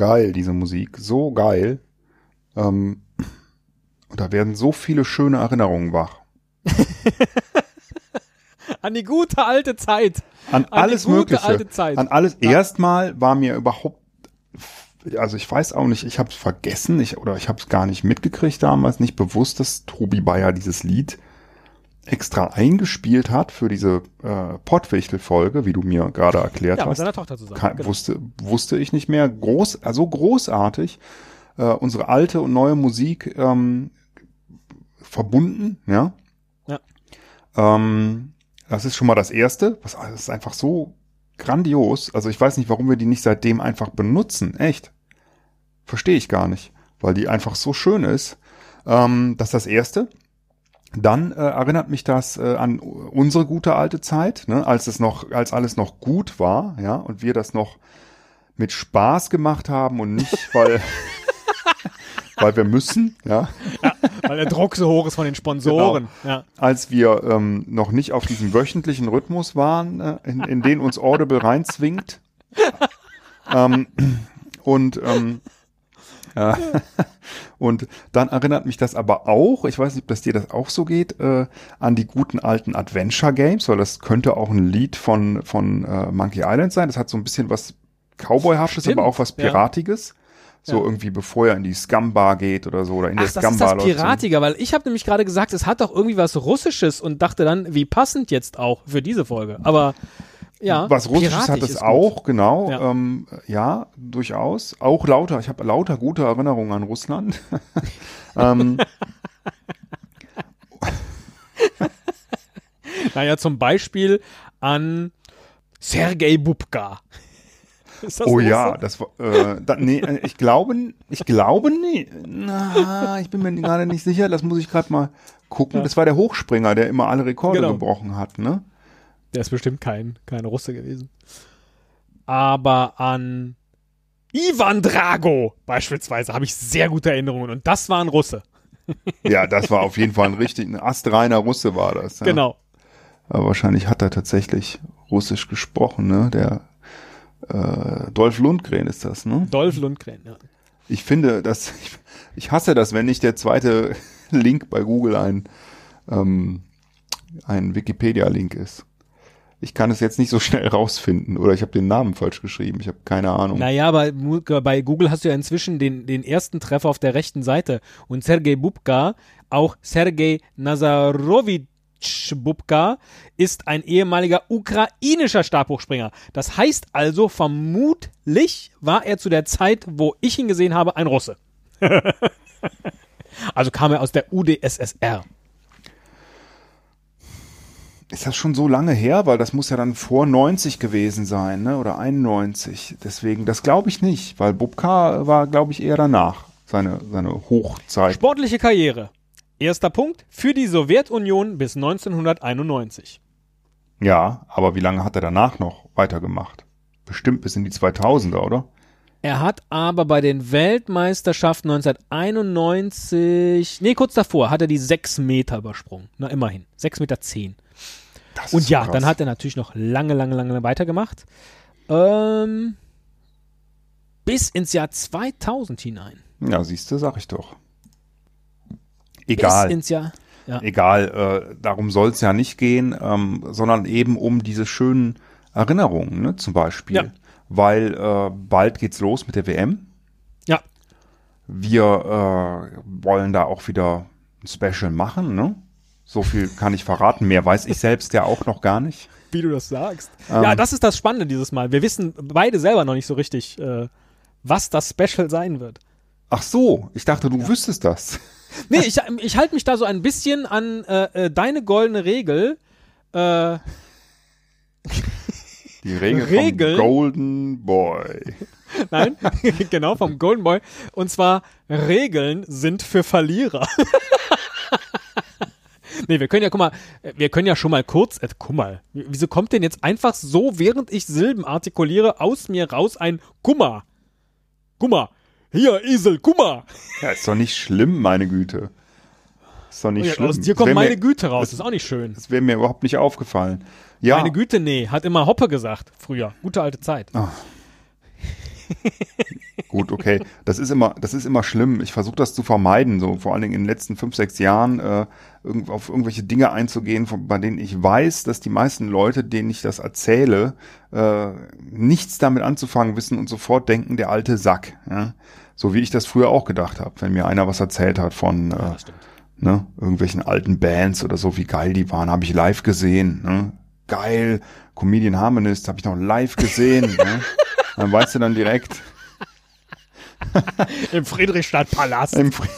geil, diese Musik. So geil. Und da werden so viele schöne Erinnerungen wach. An die gute alte Zeit. An alles Mögliche. Alte Zeit. An alles. Ja. Erstmal war mir überhaupt, also ich weiß auch nicht, ich habe es vergessen, ich habe es gar nicht mitgekriegt damals, nicht bewusst, dass Tobi Bayer dieses Lied extra eingespielt hat für diese Pottwichtel-Folge, wie du mir gerade erklärt hast. Ja, mit seiner Tochter zusammen. Wusste ich nicht mehr. Also großartig. Unsere alte und neue Musik verbunden, ja. Ja. Das ist schon mal das Erste. Das ist einfach so grandios. Also ich weiß nicht, warum wir die nicht seitdem einfach benutzen. Echt. Verstehe ich gar nicht. Weil die einfach so schön ist. Das ist das Erste. Dann erinnert mich das an unsere gute alte Zeit, ne, als alles noch gut war, ja, und wir das noch mit Spaß gemacht haben und nicht, weil wir müssen, ja. Ja, weil der Druck so hoch ist von den Sponsoren. Genau. Ja. Als wir noch nicht auf diesem wöchentlichen Rhythmus waren, in den uns Audible reinzwingt. Und dann erinnert mich das aber auch, ich weiß nicht, ob das dir das auch so geht, an die guten alten Adventure Games, weil das könnte auch ein Lied von Monkey Island sein. Das hat so ein bisschen was Cowboyhaftes, aber auch was Piratiges. So irgendwie, bevor er in die Scumbar geht oder so, oder in der Scumbar läuft. Das ist das Piratiger, weil ich habe nämlich gerade gesagt, es hat doch irgendwie was Russisches und dachte dann, wie passend jetzt auch für diese Folge. Aber ja, was Russisches hat es auch, genau. Ja. Ja, durchaus. Auch lauter, ich habe lauter gute Erinnerungen an Russland. Naja, zum Beispiel an Sergei Bubka. Ist das oh Russe? Ja, das war, nee, ich glaube nee. Na, ich bin mir gerade nicht sicher, das muss ich gerade mal gucken. Ja. Das war der Hochspringer, der immer alle Rekorde gebrochen hat, ne? Der ist bestimmt kein Russe gewesen. Aber an Ivan Drago beispielsweise habe ich sehr gute Erinnerungen und das war ein Russe. Ja, das war auf jeden Fall ein astreiner Russe war das. Ja. Genau. Aber wahrscheinlich hat er tatsächlich Russisch gesprochen, ne? Der Dolph Lundgren ist das, ne? Dolph Lundgren, ja. Ich finde, ich hasse das, wenn nicht der zweite Link bei Google ein Wikipedia-Link ist. Ich kann es jetzt nicht so schnell rausfinden oder ich habe den Namen falsch geschrieben. Ich habe keine Ahnung. Naja, aber bei Google hast du ja inzwischen den ersten Treffer auf der rechten Seite. Und Sergei Bubka, auch Sergei Nazarowitsch Bubka, ist ein ehemaliger ukrainischer Stabhochspringer. Das heißt also, vermutlich war er zu der Zeit, wo ich ihn gesehen habe, ein Russe. Also kam er aus der UdSSR. Ist das schon so lange her? Weil das muss ja dann vor 90 gewesen sein, ne? Oder 91. Deswegen, das glaube ich nicht, weil Bubka war, glaube ich, eher danach, seine Hochzeit. Sportliche Karriere. Erster Punkt für die Sowjetunion bis 1991. Ja, aber wie lange hat er danach noch weitergemacht? Bestimmt bis in die 2000er, oder? Er hat aber bei den Weltmeisterschaften 1991, kurz davor, hat er die 6 Meter übersprungen. Na, immerhin. 6,10 Meter. Das und ist ja, krass. dann hat er natürlich noch lange weitergemacht. Bis ins Jahr 2000 hinein. Ja, siehst du, sag ich doch. Egal. Bis ins Jahr, ja. Egal, darum soll es ja nicht gehen, sondern eben um diese schönen Erinnerungen, ne, zum Beispiel. Ja. Weil bald geht's los mit der WM. Ja. Wir wollen da auch wieder ein Special machen, ne? So viel kann ich verraten. Mehr weiß ich selbst ja auch noch gar nicht. Wie du das sagst. Ja, das ist das Spannende dieses Mal. Wir wissen beide selber noch nicht so richtig, was das Special sein wird. Ach so, ich dachte, du wüsstest das. Nee, ich halte mich da so ein bisschen an deine goldene Regel. Die Regel vom Golden Boy. Nein, genau, vom Golden Boy. Und zwar, Regeln sind für Verlierer. Nee, wir können ja schon mal kurz, guck mal, wieso kommt denn jetzt einfach so, während ich Silben artikuliere, aus mir raus ein Kummer? Kummer. Hier, Esel, Kummer. Ja, ist doch nicht schlimm, meine Güte. Ist doch nicht schlimm. Aus dir kommt meine Güte raus, das ist auch nicht schön. Das wäre mir überhaupt nicht aufgefallen. Ja. Meine Güte, nee, hat immer Hoppe gesagt, früher. Gute alte Zeit. Oh. Gut, okay. Das ist immer schlimm. Ich versuche das zu vermeiden, so vor allen Dingen in den letzten 5, 6 Jahren auf irgendwelche Dinge einzugehen, bei denen ich weiß, dass die meisten Leute, denen ich das erzähle, nichts damit anzufangen wissen und sofort denken, der alte Sack. Ja? So wie ich das früher auch gedacht habe, wenn mir einer was erzählt hat von irgendwelchen alten Bands oder so, wie geil die waren, habe ich live gesehen. Ne? Geil, Comedian Harmonist habe ich noch live gesehen. Ne? Dann weißt du dann direkt. Im Friedrichstadtpalast.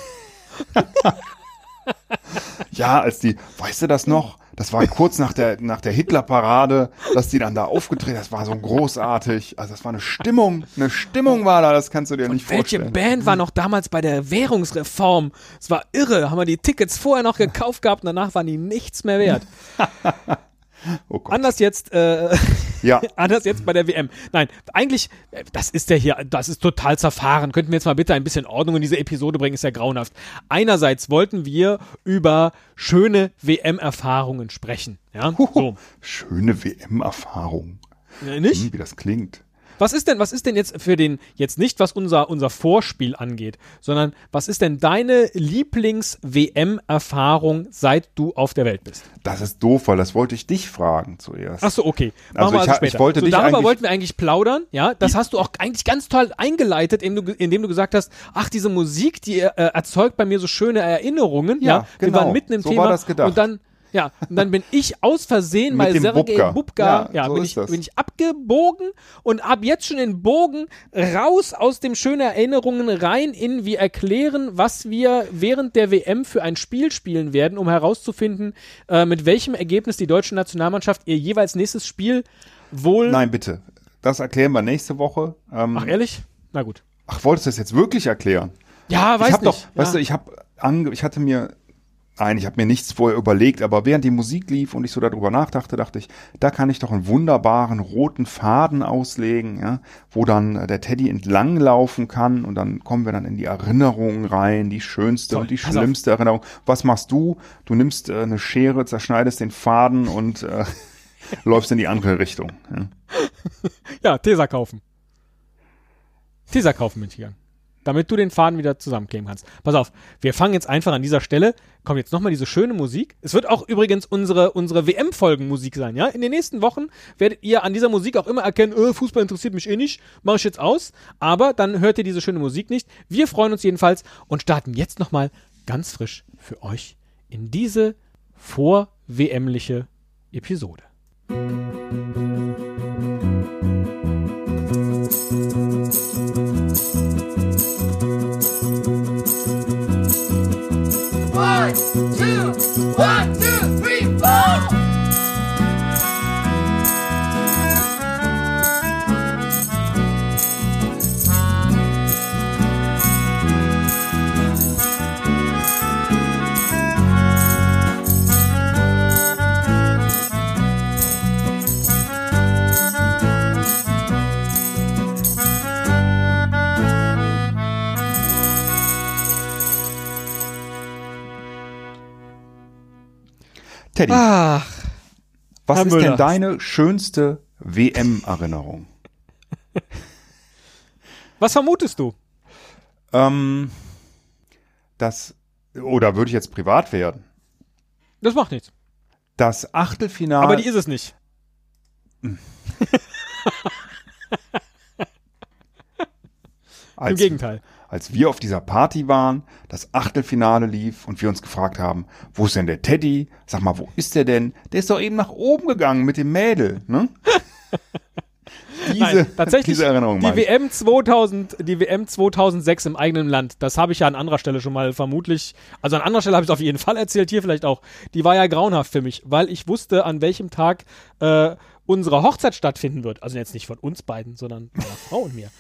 Ja, weißt du das noch? Das war kurz nach der Hitler-Parade, dass die dann da aufgetreten, das war so großartig. Also das war eine Stimmung war da, das kannst du dir nicht vorstellen. Welche Band war noch damals bei der Währungsreform? Es war irre, haben wir die Tickets vorher noch gekauft gehabt und danach waren die nichts mehr wert. Oh Gott. Anders jetzt Ja. Anders jetzt bei der WM. Nein, eigentlich, das ist total zerfahren. Könnten wir jetzt mal bitte ein bisschen Ordnung in diese Episode bringen, ist ja grauenhaft. Einerseits wollten wir über schöne WM-Erfahrungen sprechen. Ja, so. Schöne WM-Erfahrung. Nicht? Wie das klingt. Was ist denn jetzt jetzt nicht, was unser Vorspiel angeht, sondern was ist denn deine Lieblings-WM-Erfahrung, seit du auf der Welt bist? Das ist doof, weil das wollte ich dich fragen zuerst. Ach so, okay. Machen wir also später. Darüber wollten wir eigentlich plaudern, ja. Das hast du auch eigentlich ganz toll eingeleitet, indem du gesagt hast, ach, diese Musik, die erzeugt bei mir so schöne Erinnerungen, ja. Genau. Wir waren mitten im Thema. War das gedacht. Und dann bin ich aus Versehen bei Sergej Bubka, bin ich abgebogen und ab jetzt schon den Bogen raus aus dem schönen Erinnerungen rein in wir erklären, was wir während der WM für ein Spiel spielen werden, um herauszufinden, mit welchem Ergebnis die deutsche Nationalmannschaft ihr jeweils nächstes Spiel wohl... Nein, bitte. Das erklären wir nächste Woche. Ach, ehrlich? Na gut. Ach, wolltest du das jetzt wirklich erklären? Ja, weiß nicht. Weißt du, ich habe mir nichts vorher überlegt, aber während die Musik lief und ich so darüber nachdachte, dachte ich, da kann ich doch einen wunderbaren roten Faden auslegen, ja, wo dann der Teddy entlang laufen kann und dann kommen wir dann in die Erinnerungen rein, die schönste und die schlimmste Erinnerung. Was machst du? Du nimmst eine Schere, zerschneidest den Faden und läufst in die andere Richtung. Ja, ja, Tesa kaufen bin ich gegangen. Damit du den Faden wieder zusammenkleben kannst. Pass auf, wir fangen jetzt einfach an dieser Stelle. Kommt jetzt nochmal diese schöne Musik. Es wird auch übrigens unsere WM-Folgen-Musik sein, ja? In den nächsten Wochen werdet ihr an dieser Musik auch immer erkennen, Fußball interessiert mich eh nicht, mache ich jetzt aus. Aber dann hört ihr diese schöne Musik nicht. Wir freuen uns jedenfalls und starten jetzt nochmal ganz frisch für euch in diese vor-WM-liche Episode. One, two, three, four! Teddy, Ach, was Herr ist Müller. denn deine schönste WM-Erinnerung? Was vermutest du? Oder würde ich jetzt privat werden? Das macht nichts. Das Achtelfinale. Aber die ist es nicht. Im Gegenteil. Als wir auf dieser Party waren, das Achtelfinale lief und wir uns gefragt haben, wo ist denn der Teddy? Sag mal, wo ist der denn? Der ist doch eben nach oben gegangen mit dem Mädel, ne? Nein, tatsächlich, diese Erinnerung die WM 2006 im eigenen Land, das habe ich ja an anderer Stelle schon mal vermutlich, also an anderer Stelle habe ich es auf jeden Fall erzählt, hier vielleicht auch, die war ja grauenhaft für mich, weil ich wusste, an welchem Tag unsere Hochzeit stattfinden wird. Also jetzt nicht von uns beiden, sondern meiner Frau und mir.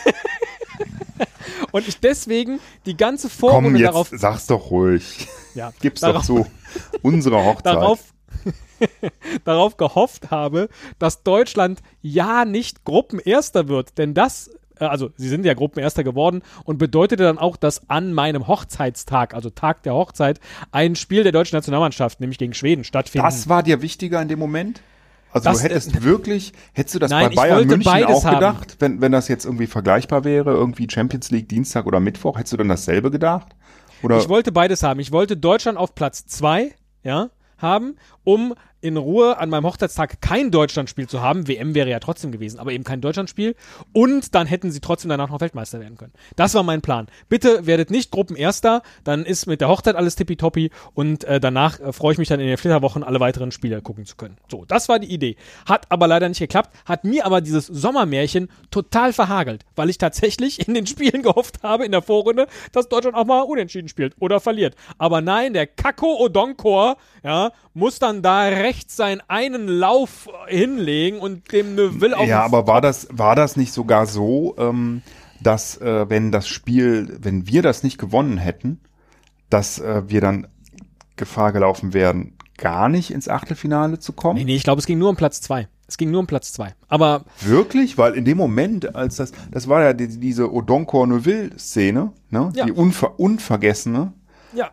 Und ich deswegen die ganze Vorrunde Komm, jetzt darauf... sag's doch ruhig. Ja, Gib's doch zu. Unsere Hochzeit. darauf gehofft habe, dass Deutschland ja nicht Gruppenerster wird. Denn das, also sie sind ja Gruppenerster geworden und bedeutete dann auch, dass an meinem Hochzeitstag, also Tag der Hochzeit, ein Spiel der deutschen Nationalmannschaft, nämlich gegen Schweden, stattfindet. Das war dir wichtiger in dem Moment? Also du hättest du das Nein, bei Bayern wollte München beides auch haben. gedacht, wenn das jetzt irgendwie vergleichbar wäre, irgendwie Champions League Dienstag oder Mittwoch, hättest du dann dasselbe gedacht? Oder? Ich wollte beides haben. Ich wollte Deutschland auf Platz 2, haben, um in Ruhe an meinem Hochzeitstag kein Deutschlandspiel zu haben. WM wäre ja trotzdem gewesen, aber eben kein Deutschlandspiel. Und dann hätten sie trotzdem danach noch Weltmeister werden können. Das war mein Plan. Bitte werdet nicht Gruppenerster, dann ist mit der Hochzeit alles tippitoppi und danach freue ich mich dann in den Flitterwochen alle weiteren Spiele gucken zu können. So, das war die Idee. Hat aber leider nicht geklappt, hat mir aber dieses Sommermärchen total verhagelt, weil ich tatsächlich in den Spielen gehofft habe in der Vorrunde, dass Deutschland auch mal unentschieden spielt oder verliert. Aber nein, der Kakko Odonkor, muss dann da rechts seinen einen Lauf hinlegen und dem Neuville auf. Ja, aber war das nicht sogar so, dass wenn wir das nicht gewonnen hätten, dass wir dann Gefahr gelaufen wären, gar nicht ins Achtelfinale zu kommen? Nee, ich glaube, es ging nur um Platz 2. Aber wirklich? Weil in dem Moment, als das war ja diese Odonkor-Neuville-Szene, ne? Ja. Die unvergessene. ja,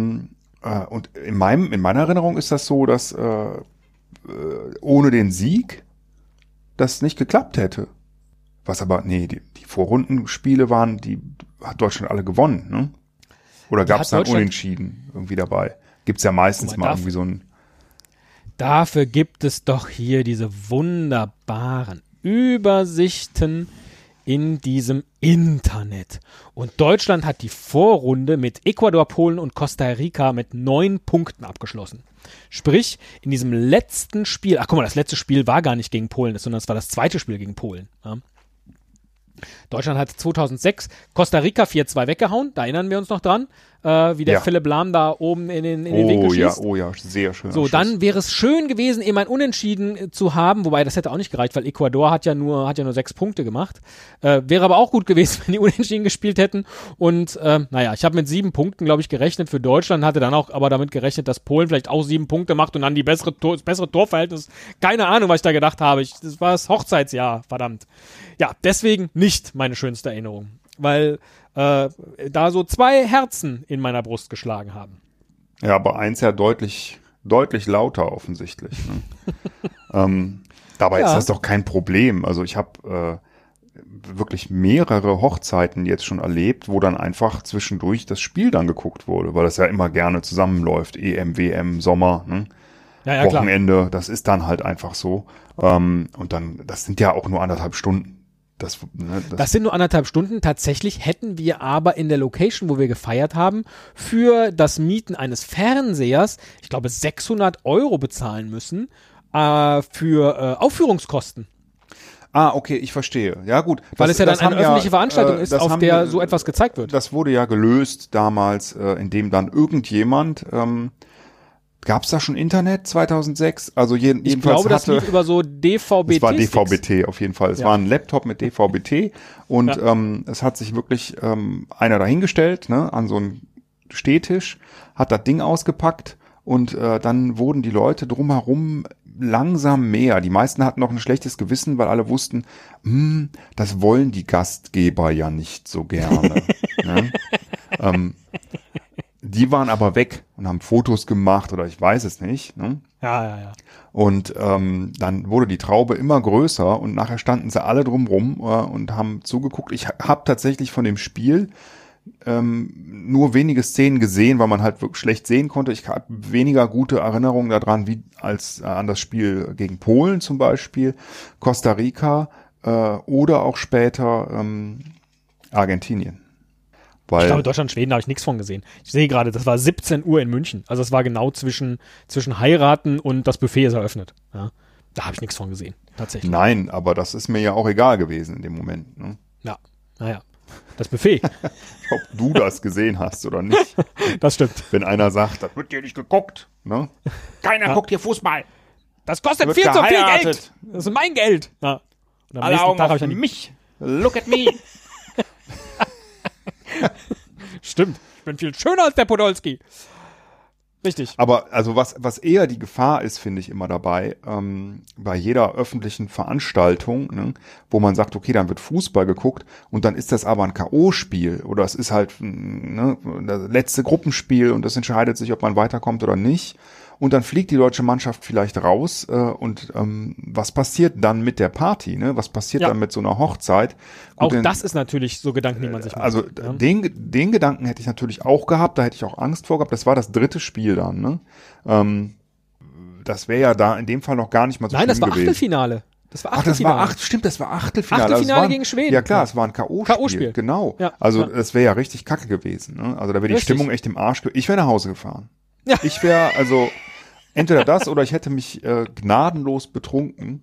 Und in meiner Erinnerung ist das so, dass ohne den Sieg das nicht geklappt hätte. Was aber, die Vorrundenspiele die hat Deutschland alle gewonnen, ne? Oder gab es dann Unentschieden irgendwie dabei? Gibt's ja meistens mal irgendwie so ein. Dafür gibt es doch hier diese wunderbaren Übersichten in diesem Internet. Und Deutschland hat die Vorrunde mit Ecuador, Polen und Costa Rica mit 9 Punkten abgeschlossen. Sprich, in diesem letzten Spiel, guck mal, das letzte Spiel war gar nicht gegen Polen, sondern es war das zweite Spiel gegen Polen. Ja. Deutschland hat 2006 Costa Rica 4-2 weggehauen, da erinnern wir uns noch dran, wie der Philipp Lahm da oben in den Winkel schießt. Oh ja, sehr schön. So, dann wäre es schön gewesen, eben ein Unentschieden zu haben, wobei das hätte auch nicht gereicht, weil Ecuador hat ja nur 6 Punkte gemacht. Wäre aber auch gut gewesen, wenn die Unentschieden gespielt hätten. Und ich habe mit 7 Punkten, glaube ich, gerechnet für Deutschland, hatte dann auch aber damit gerechnet, dass Polen vielleicht auch 7 Punkte macht und dann das bessere Torverhältnis. Keine Ahnung, was ich da gedacht habe. Das war das Hochzeitsjahr, verdammt. Ja, deswegen nicht meine schönste Erinnerung, weil da so 2 Herzen in meiner Brust geschlagen haben. Ja, aber eins ja deutlich lauter offensichtlich. Ne? Dabei ist das doch kein Problem. Also ich habe wirklich mehrere Hochzeiten jetzt schon erlebt, wo dann einfach zwischendurch das Spiel dann geguckt wurde, weil das ja immer gerne zusammenläuft. EM, WM, Sommer, ne? Ja, Wochenende, klar. das ist dann halt einfach so. Und dann, das sind ja auch nur 1,5 Stunden. Das sind nur 1,5 Stunden. Tatsächlich hätten wir aber in der Location, wo wir gefeiert haben, für das Mieten eines Fernsehers, ich glaube, 600 € bezahlen müssen für Aufführungskosten. Okay, ich verstehe. Ja, gut. Weil es ja dann eine öffentliche Veranstaltung ist, auf der so etwas gezeigt wird. Das wurde ja gelöst damals, indem dann irgendjemand gab es da schon Internet 2006? Also jedenfalls ich glaube, das lief über so DVB-T. Es war DVB-T auf jeden Fall. Es war ein Laptop mit DVB-T und es hat sich wirklich einer dahingestellt, ne, an so einen Stehtisch, hat das Ding ausgepackt und dann wurden die Leute drumherum langsam mehr. Die meisten hatten noch ein schlechtes Gewissen, weil alle wussten, das wollen die Gastgeber ja nicht so gerne. Ne? Die waren aber weg und haben Fotos gemacht oder ich weiß es nicht. Ne? Ja. Und dann wurde die Traube immer größer und nachher standen sie alle drumrum und haben zugeguckt. Ich habe tatsächlich von dem Spiel nur wenige Szenen gesehen, weil man halt wirklich schlecht sehen konnte. Ich habe weniger gute Erinnerungen daran, wie als an das Spiel gegen Polen zum Beispiel, Costa Rica oder auch später Argentinien. Weil ich glaube, Deutschland, Schweden habe ich nichts von gesehen. Ich sehe gerade, das war 17 Uhr in München. Also es war genau zwischen Heiraten und das Buffet ist eröffnet. Ja, da habe ich nichts von gesehen, tatsächlich. Nein, aber das ist mir ja auch egal gewesen in dem Moment. Ne? Ja, naja. Das Buffet. Ob du das gesehen hast oder nicht. Das stimmt. Wenn einer sagt, das wird hier nicht geguckt. Ne? Keiner guckt hier Fußball. Das kostet Wird viel zu viel geheiratet. Geld. Das ist mein Geld. Ja. Und am Alle nächsten Augen Tag habe auf ich dann mich. Look at me. Stimmt. Ich bin viel schöner als der Podolski. Richtig. Aber also was eher die Gefahr ist, finde ich immer dabei, bei jeder öffentlichen Veranstaltung, ne, wo man sagt, okay, dann wird Fußball geguckt und dann ist das aber ein K.O.-Spiel oder es ist halt das letzte Gruppenspiel und das entscheidet sich, ob man weiterkommt oder nicht. und dann fliegt die deutsche Mannschaft vielleicht raus und was passiert dann mit der Party, ne? Was passiert dann mit so einer Hochzeit? Gut, Auch das ist natürlich so Gedanken, die man sich macht. Also ja. den Gedanken hätte ich natürlich auch gehabt, da hätte ich auch Angst vor gehabt. Das war das 3. Spiel dann, ne? Das wäre ja da in dem Fall noch gar nicht mal so schlimm Nein, das war gewesen. Achtelfinale. Das war Ach, Achtelfinale. das war Achtelfinale. Achtelfinale Also es gegen Schweden. Ja klar, es war ein K.O.-Spiel. K.O.-Spiel. Genau. Ja, Also ja. das wäre ja richtig kacke gewesen. Ne? Also da wäre die Richtig. Stimmung echt im Arsch. Ich wäre nach Hause gefahren. Ja. Ich wäre also entweder das oder ich hätte mich gnadenlos betrunken.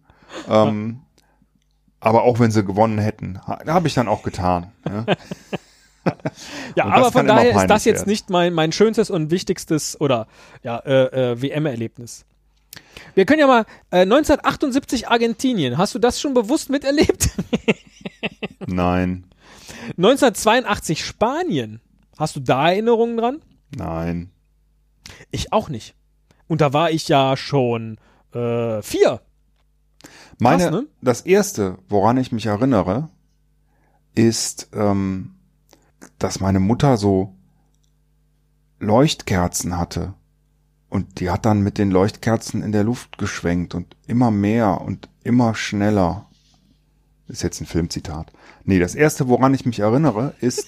Aber auch wenn sie gewonnen hätten, habe ich dann auch getan. Ja? Ja, Und aber das von kann immer daher ist das peinlich jetzt werden. nicht mein schönstes und wichtigstes oder WM-Erlebnis. Wir können ja mal 1978 Argentinien. Hast du das schon bewusst miterlebt? Nein, 1982 Spanien. Hast du da Erinnerungen dran? nein. Ich auch nicht. Und da war ich ja schon 4. Krass, ne? Das erste, woran ich mich erinnere, ist, dass meine Mutter so Leuchtkerzen hatte. Und die hat dann mit den Leuchtkerzen in der Luft geschwenkt und immer mehr und immer schneller. Ist jetzt ein Filmzitat. Nee, das erste, woran ich mich erinnere, ist,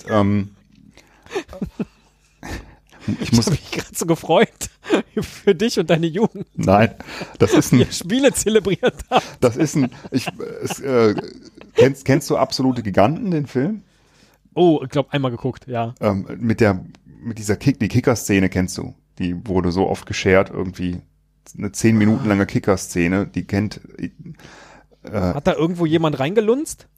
ich muss, Ich habe mich gerade so gefreut für dich und deine Jugend, nein, das ist die ein, ihr Spiele zelebriert habt. das ist ein, kennst du Absolute Giganten, den Film? Oh, ich glaube, einmal geguckt, ja. Mit dieser die Kicker-Szene kennst du. Die wurde so oft geshared, irgendwie eine 10 Minuten lange Kicker-Szene, die kennt, Hat da irgendwo jemand reingelunzt?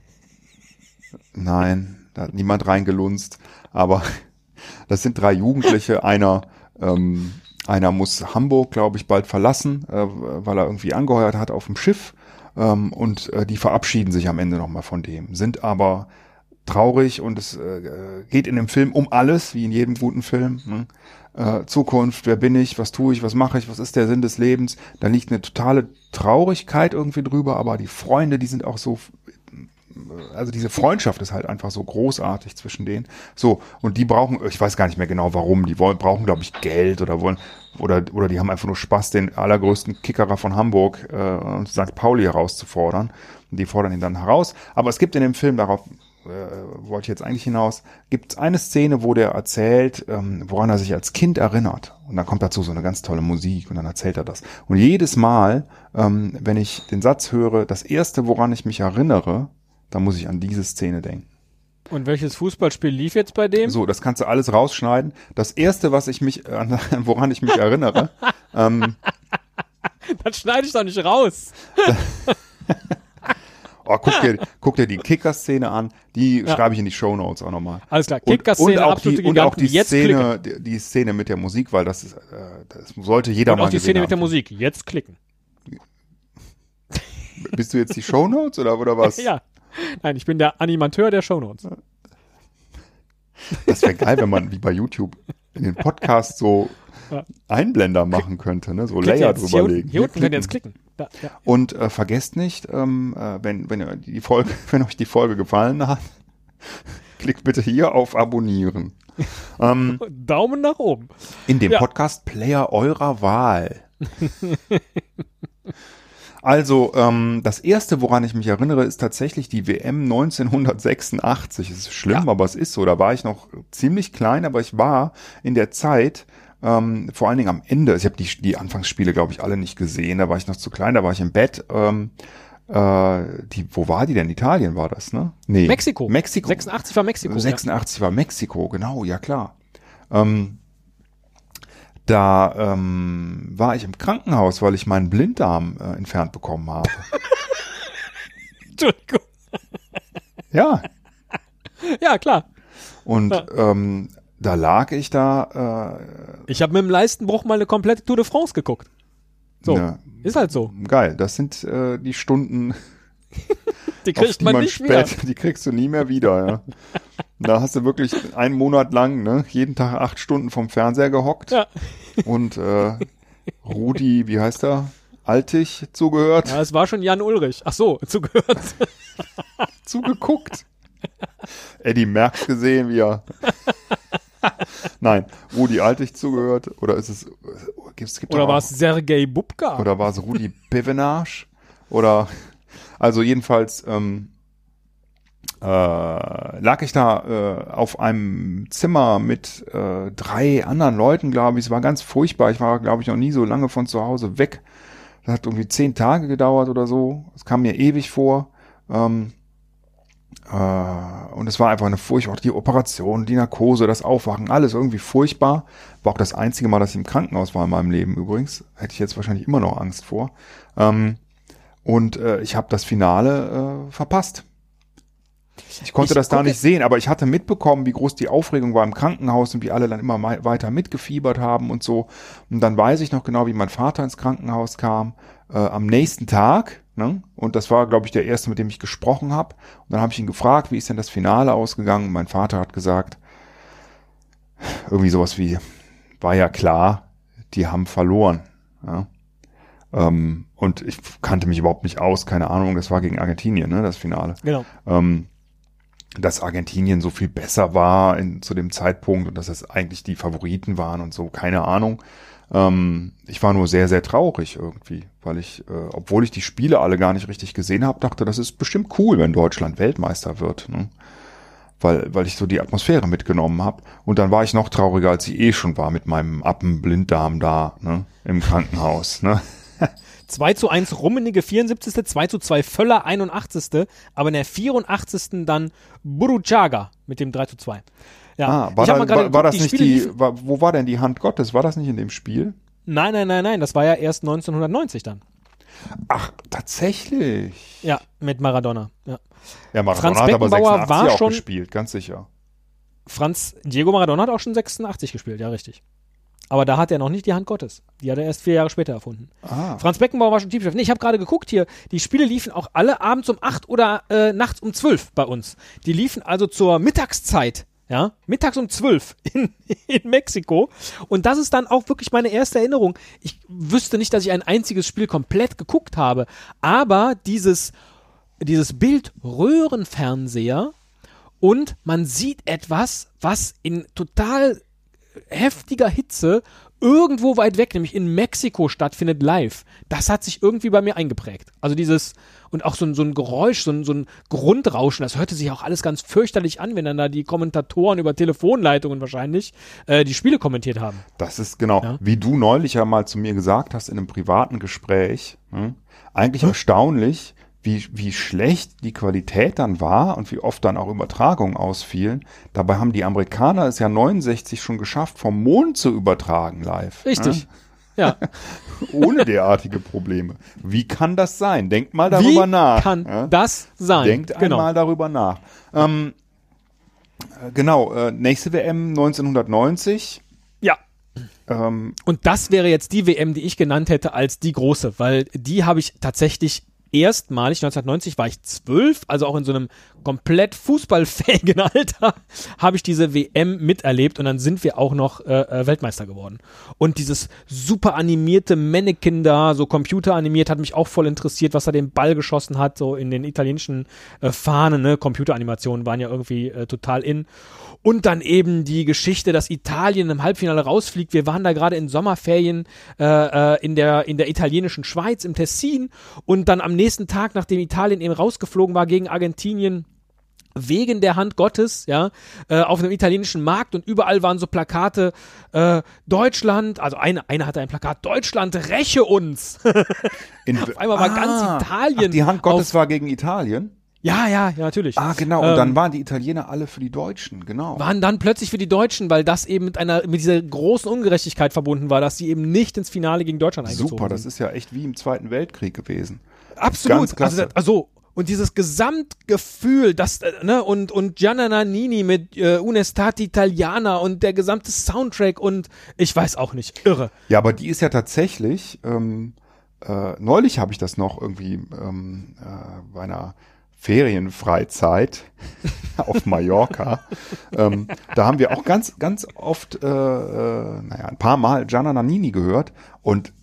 nein, da hat niemand reingelunzt, aber das sind 3 Jugendliche, einer muss Hamburg, glaube ich, bald verlassen, weil er irgendwie angeheuert hat auf dem Schiff, und die verabschieden sich am Ende nochmal von dem, sind aber traurig und es geht in dem Film um alles, wie in jedem guten Film, ne? Zukunft, wer bin ich, was tue ich, was mache ich, was ist der Sinn des Lebens, da liegt eine totale Traurigkeit irgendwie drüber, aber die Freunde, die sind auch so, also diese Freundschaft ist halt einfach so großartig zwischen denen. So, und die brauchen, ich weiß gar nicht mehr genau warum, brauchen, glaube ich, Geld oder die haben einfach nur Spaß, den allergrößten Kickerer von Hamburg und St. Pauli herauszufordern. Und die fordern ihn dann heraus. Aber es gibt in dem Film, darauf wollte ich jetzt eigentlich hinaus, gibt es eine Szene, wo der erzählt, woran er sich als Kind erinnert. Und dann kommt dazu so eine ganz tolle Musik und dann erzählt er das. Und jedes Mal, wenn ich den Satz höre, das erste, woran ich mich erinnere, da muss ich an diese Szene denken. Und welches Fußballspiel lief jetzt bei dem? So, das kannst du alles rausschneiden. Das erste, woran ich mich erinnere, Das schneide ich doch nicht raus. guck dir die Kicker-Szene an, die schreibe ich in die Shownotes auch nochmal. Alles klar, Kicker-Szene, absolute und auch Giganten, die jetzt Szene, die Szene mit der Musik, weil das sollte jeder Und mal auch die gesehen Szene mit der haben. Musik, jetzt klicken. Bist du jetzt die Shownotes oder was? Ja. Nein, ich bin der Animateur der Shownotes. Das wäre geil, wenn man wie bei YouTube in den Podcast so Einblender machen könnte, ne? So Layer Jetzt. drüberlegen. Hier unten könnt ihr jetzt klicken. Da, ja. Und vergesst nicht, wenn euch die Folge gefallen hat, klickt bitte hier auf Abonnieren. Daumen nach oben. In dem Ja. Podcast-Player eurer Wahl. Also, das erste, woran ich mich erinnere, ist tatsächlich die WM 1986. Es ist schlimm, aber es ist so. Da war ich noch ziemlich klein, aber ich war in der Zeit, vor allen Dingen am Ende, ich habe die Anfangsspiele, glaube ich, alle nicht gesehen, da war ich noch zu klein, da war ich im Bett. Wo war die denn? Italien war das, ne? Nee. Mexiko. Mexiko. 86 war Mexiko. 86 war Mexiko, genau, ja klar. Da war ich im Krankenhaus, weil ich meinen Blinddarm entfernt bekommen habe. Entschuldigung. Ja. Ja, klar. Und da lag ich da. Ich habe mit dem Leistenbruch mal eine komplette Tour de France geguckt. So, Ne, ist halt so. geil, das sind die Stunden, Die auf kriegt die man man nicht wieder. die kriegst du nie mehr wieder. Ja. Da hast du wirklich einen Monat lang, ne, jeden Tag 8 Stunden vom Fernseher gehockt Ja. und Rudi, wie heißt er? Altig zugehört, Ja, es war schon Jan Ulrich. Ach so, zugehört. zugeguckt. Eddie Merckx gesehen, wie er Nein, Rudi Altig zugehört. Oder ist es, gibt Oder doch war auch- es Sergei Bubka? Oder war es Rudi Pevenage? Oder, also jedenfalls, lag ich da auf einem Zimmer mit 3 anderen Leuten, glaube ich. Es war ganz furchtbar. Ich war, glaube ich, noch nie so lange von zu Hause weg. Das hat irgendwie 10 Tage gedauert oder so. Es kam mir ewig vor. Und es war einfach eine Furcht, auch die Operation, die Narkose, das Aufwachen, alles irgendwie furchtbar. War auch das einzige Mal, dass ich im Krankenhaus war in meinem Leben übrigens. Hätte ich jetzt wahrscheinlich immer noch Angst vor. Und ich habe das Finale verpasst. Ich konnte das da nicht sehen, aber ich hatte mitbekommen, wie groß die Aufregung war im Krankenhaus und wie alle dann immer weiter mitgefiebert haben und so. Und dann weiß ich noch genau, wie mein Vater ins Krankenhaus kam, am nächsten Tag. Ne? Und das war, glaube ich, der erste, mit dem ich gesprochen habe. Und dann habe ich ihn gefragt, wie ist denn das Finale ausgegangen? Und mein Vater hat gesagt, irgendwie sowas wie, war ja klar, die haben verloren. Ja? Und ich kannte mich überhaupt nicht aus, keine Ahnung, das war gegen Argentinien, ne, das Finale. Genau. Dass Argentinien so viel besser war zu dem Zeitpunkt und dass es eigentlich die Favoriten waren und so, keine Ahnung. Ich war nur sehr, sehr traurig irgendwie, weil ich, obwohl ich die Spiele alle gar nicht richtig gesehen habe, dachte, das ist bestimmt cool, wenn Deutschland Weltmeister wird, ne? Weil ich so die Atmosphäre mitgenommen habe. Und dann war ich noch trauriger, als ich schon war mit meinem Appenblinddarm da, ne, im Krankenhaus, ne. 2:1 Rummenigge 74., 2:2 Völler 81., aber in der 84. dann Burruchaga mit dem 3:2. Ja, War ich hab mal gerade das geguckt, nicht Spiele liefen- wo war denn die Hand Gottes? War das nicht in dem Spiel? Nein, das war ja erst 1990 dann. Ach, tatsächlich. Ja, mit Maradona. Ja. Ja, Maradona Franz hat aber Beckenbauer 86 war auch schon- gespielt, ganz sicher. Diego Maradona hat auch schon 86 gespielt, ja, richtig. Aber da hat er noch nicht die Hand Gottes. Die hat er erst 4 Jahre später erfunden. Franz Beckenbauer war schon Teamchef. Nee, ich habe gerade geguckt hier, die Spiele liefen auch alle abends um 8 oder nachts um 12 bei uns. Die liefen also zur Mittagszeit, ja, mittags um 12 in Mexiko. Und das ist dann auch wirklich meine erste Erinnerung. Ich wüsste nicht, dass ich ein einziges Spiel komplett geguckt habe, aber dieses Bild Röhrenfernseher und man sieht etwas, was in total heftiger Hitze irgendwo weit weg, nämlich in Mexiko stattfindet live. Das hat sich irgendwie bei mir eingeprägt. Also und auch so ein Geräusch, so ein Grundrauschen, das hörte sich auch alles ganz fürchterlich an, wenn dann da die Kommentatoren über Telefonleitungen wahrscheinlich die Spiele kommentiert haben. Das ist genau, Ja. wie du neulich ja mal zu mir gesagt hast in einem privaten Gespräch, eigentlich erstaunlich, wie schlecht die Qualität dann war und wie oft dann auch Übertragungen ausfielen. Dabei haben die Amerikaner es ja 69 schon geschafft, vom Mond zu übertragen live. Richtig. Ja. Ohne derartige Probleme. Wie kann das sein? Denkt mal darüber nach. Wie kann das sein? Denkt einmal darüber nach. Genau, nächste WM 1990. Ja. Ähm, Und das wäre jetzt die WM, die ich genannt hätte als die große, weil die habe ich tatsächlich erstmalig, 1990 war ich 12, also auch in so einem komplett fußballfähigen Alter, habe ich diese WM miterlebt und dann sind wir auch noch Weltmeister geworden. Und dieses super animierte Mannequin da, so computeranimiert, hat mich auch voll interessiert, was er den Ball geschossen hat, so in den italienischen Fahnen, ne? Computeranimationen waren ja irgendwie total in. Und dann eben die Geschichte, dass Italien im Halbfinale rausfliegt. Wir waren da gerade in Sommerferien in der italienischen Schweiz, im Tessin. Und dann am nächsten Tag, nachdem Italien eben rausgeflogen war gegen Argentinien, wegen der Hand Gottes, ja, auf einem italienischen Markt und überall waren so Plakate, Deutschland, also einer hatte ein Plakat, Deutschland, räche uns. Auf einmal war ganz Italien. die Hand Gottes war gegen Italien? Ja, natürlich. Ah, genau. Und dann waren die Italiener alle für die Deutschen, genau. Waren dann plötzlich für die Deutschen, weil das eben mit dieser großen Ungerechtigkeit verbunden war, dass sie eben nicht ins Finale gegen Deutschland eingezogen Super, sind. das ist ja echt wie im Zweiten Weltkrieg gewesen. Absolut. Ganz klasse. Und dieses Gesamtgefühl, das, ne, und Gianna Nannini mit Un'estate Italiana und der gesamte Soundtrack und ich weiß auch nicht, irre. Ja, aber die ist ja tatsächlich, neulich habe ich das noch irgendwie bei einer Ferienfreizeit auf Mallorca. Da haben wir auch ganz oft, ein paar Mal Gianna Nannini gehört und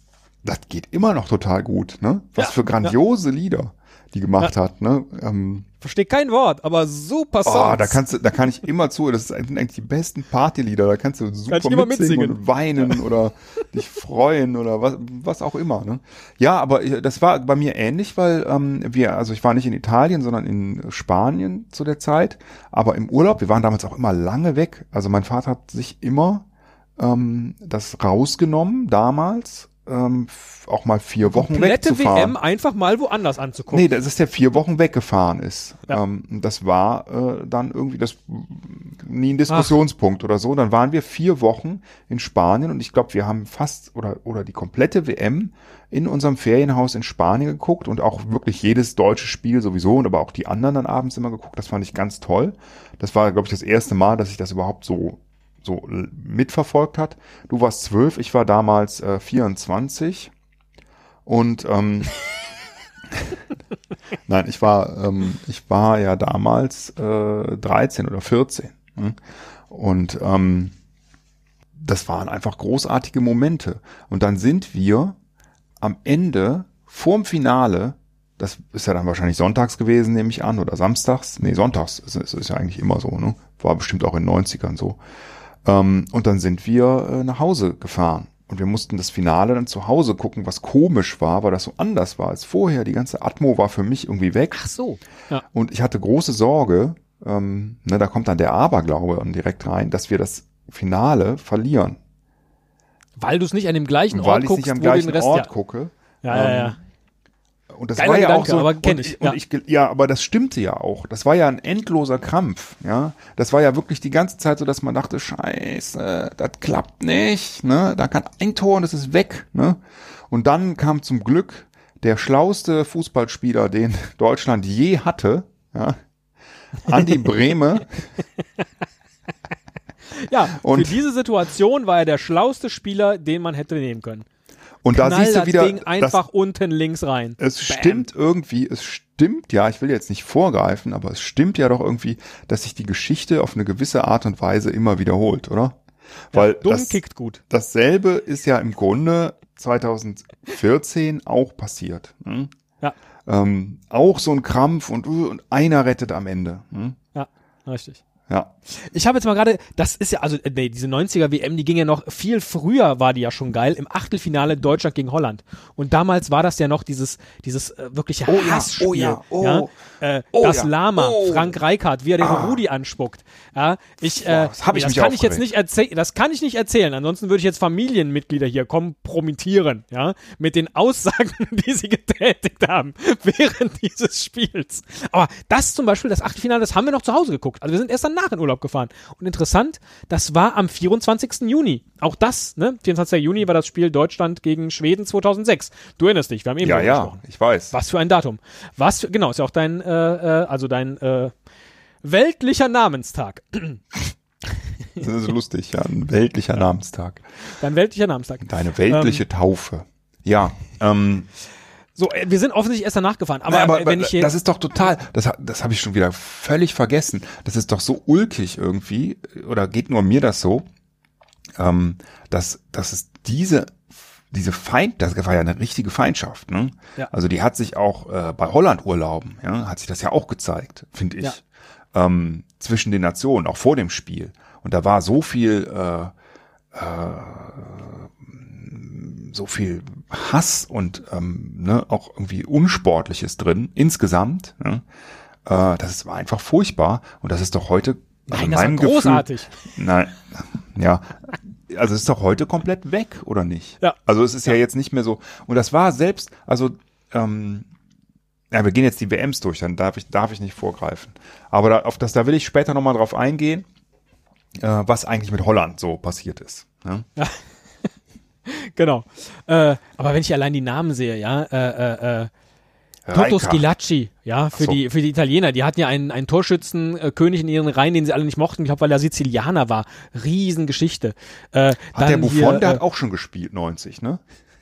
das geht immer noch total gut, ne? Was für grandiose Lieder die gemacht hat, ne? Verstehe kein Wort, aber super Songs. Da kann ich immer zu, das sind eigentlich die besten Partylieder, da kannst du super mitsingen und weinen oder dich freuen oder was auch immer, ne? Ja, aber das war bei mir ähnlich, weil also ich war nicht in Italien, sondern in Spanien zu der Zeit, aber im Urlaub, wir waren damals auch immer lange weg, also mein Vater hat sich immer das rausgenommen, damals, auch mal 4 Wochen komplette wegzufahren. WM einfach mal woanders anzugucken. Nee, das ist der 4 Wochen weggefahren ist. Ja. Das war dann irgendwie nie ein Diskussionspunkt oder so. Dann waren wir 4 Wochen in Spanien und ich glaube, wir haben fast oder die komplette WM in unserem Ferienhaus in Spanien geguckt und auch wirklich jedes deutsche Spiel sowieso und aber auch die anderen dann abends immer geguckt. Das fand ich ganz toll. Das war, glaube ich, das erste Mal, dass ich das überhaupt so mitverfolgt hat. Du warst 12, ich war damals 24 und nein, ich war ja damals 13 oder 14. Ne? Und das waren einfach großartige Momente. Und dann sind wir am Ende vorm Finale, das ist ja dann wahrscheinlich sonntags gewesen, nehme ich an, oder samstags, nee, sonntags, das ist ja eigentlich immer so, ne? War bestimmt auch in den 90ern so. Und dann sind wir nach Hause gefahren. Und wir mussten das Finale dann zu Hause gucken, was komisch war, weil das so anders war als vorher. Die ganze Atmo war für mich irgendwie weg. Ach so. Ja. Und ich hatte große Sorge, da kommt dann der Aberglaube direkt rein, dass wir das Finale verlieren. Weil du es nicht an dem gleichen Ort Weil ich guckst, nicht am wo gleichen den Rest, Ort gucke. Ja. Und das Geiler war ja Gedanke, auch so, aber kenn ich, ja, aber das stimmte ja auch. Das war ja ein endloser Krampf, ja. Das war ja wirklich die ganze Zeit so, dass man dachte, Scheiße, das klappt nicht, ne. Da kann ein Tor und es ist weg, ne. Und dann kam zum Glück der schlauste Fußballspieler, den Deutschland je hatte, ja. Andi Brehme. Ja, Und für diese Situation war er der schlauste Spieler, den man hätte nehmen können. Und da Knall siehst du das wieder, Ding einfach unten links rein. es Bam. stimmt irgendwie, ja, ich will jetzt nicht vorgreifen, aber es stimmt ja doch irgendwie, dass sich die Geschichte auf eine gewisse Art und Weise immer wiederholt, oder? Weil Dumm kickt gut. dasselbe ist ja im Grunde 2014 auch passiert. Ne? Ja. Auch so ein Krampf und einer rettet am Ende. Ne? Ja, richtig. Ja. Ich habe jetzt mal gerade, das ist ja, also diese 90er WM, die ging ja noch viel früher, war die ja schon geil, im Achtelfinale Deutschland gegen Holland. Und damals war das ja noch dieses wirkliche Hassspiel. Das Lama, Frank Rijkaard, wie er den Rudi anspuckt. Ja, das kann ich nicht erzählen. Ansonsten würde ich jetzt Familienmitglieder hier kompromittieren, ja, mit den Aussagen, die sie getätigt haben während dieses Spiels. Aber das zum Beispiel, das Achtelfinale, das haben wir noch zu Hause geguckt. Also wir sind erst danach in Urlaub gefahren. Und interessant, das war am 24. Juni. Auch das, ne? 24. Juni war das Spiel Deutschland gegen Schweden 2006. Du erinnerst dich, wir haben eben drüber gesprochen. Ich weiß. Was für ein Datum. Genau, ist ja auch dein weltlicher Namenstag. Das ist lustig, ja, ein weltlicher Namenstag. Dein weltlicher Namenstag. Deine weltliche Taufe. Ja, So, wir sind offensichtlich erst danach gefahren. Aber wenn ich hier das ist doch total, das habe ich schon wieder völlig vergessen. Das ist doch so ulkig irgendwie, oder geht nur mir das so, dass es diese das war ja eine richtige Feindschaft, ne? Ja. Also die hat sich auch bei Holland-Urlauben, ja, hat sich das ja auch gezeigt, finde ich, zwischen den Nationen, auch vor dem Spiel. Und da war so viel Hass und auch irgendwie Unsportliches drin, insgesamt. Ne? Das war einfach furchtbar. Und das ist doch heute... Nein, das war großartig. Nein, ja. Also es ist doch heute komplett weg, oder nicht? Ja. Also es ist ja jetzt nicht mehr so... Und das war selbst... Also... wir gehen jetzt die WMs durch, dann darf ich nicht vorgreifen. Aber da will ich später nochmal drauf eingehen, was eigentlich mit Holland so passiert ist. Ne? Ja. Genau. Aber wenn ich allein die Namen sehe, ja, Toto Schillaci, ja, für die Italiener, die hatten ja einen Torschützenkönig in ihren Reihen, den sie alle nicht mochten, ich glaube, weil er Sizilianer war. Riesengeschichte. Hat der Buffon, der hat auch schon gespielt, 90, ne?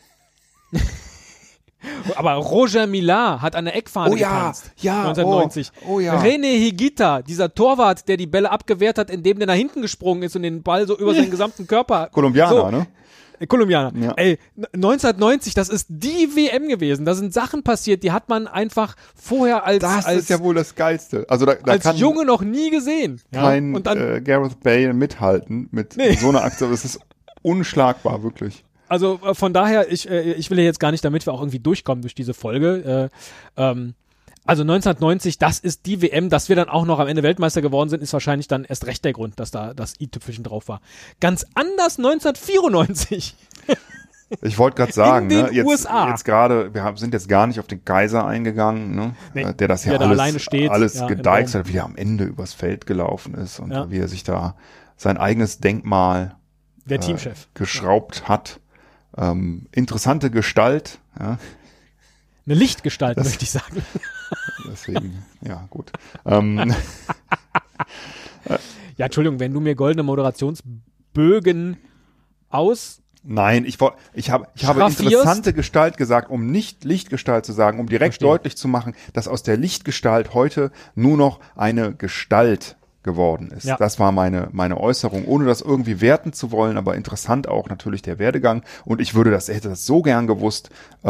Aber Roger Millar hat an der Eckfahne getanzt. Ja, 1990. Oh ja. René Higuita, dieser Torwart, der die Bälle abgewehrt hat, indem der nach hinten gesprungen ist und den Ball so über seinen gesamten Körper. Kolumbianer, so, ne? Kolumbianer. Ja. Ey, 1990, das ist die WM gewesen. Da sind Sachen passiert, die hat man einfach vorher Das ist ja wohl das Geilste. Also da als kann Junge noch nie gesehen. kein Und dann, Gareth Bale mithalten mit so einer Aktion. Das ist unschlagbar, wirklich. also von daher, ich will ja jetzt gar nicht, damit wir auch irgendwie durchkommen durch diese Folge. Also 1990, das ist die WM, dass wir dann auch noch am Ende Weltmeister geworden sind, ist wahrscheinlich dann erst recht der Grund, dass da das i-Tüpfelchen drauf war. Ganz anders 1994. Ich wollte gerade sagen, den ne, jetzt USA. gerade, sind jetzt gar nicht auf den Kaiser eingegangen, ne, Nee, der das ja der da alleine steht, alles ja, gedeichselt in hat, wie er am Ende übers Feld gelaufen ist und Ja. wie er sich da sein eigenes Denkmal Der Teamchef. geschraubt hat. Interessante Gestalt, ja, Eine Lichtgestalt, möchte ich sagen. deswegen, ja, gut. Ja, Entschuldigung, wenn du mir goldene Moderationsbögen aus... Nein, ich habe Schraffierst? interessante Gestalt gesagt, um nicht Lichtgestalt zu sagen, um direkt Verstehe. deutlich zu machen, dass aus der Lichtgestalt heute nur noch eine Gestalt geworden ist. Ja. Das war meine Äußerung, ohne das irgendwie werten zu wollen, aber interessant auch natürlich der Werdegang. Und ich hätte das so gern gewusst,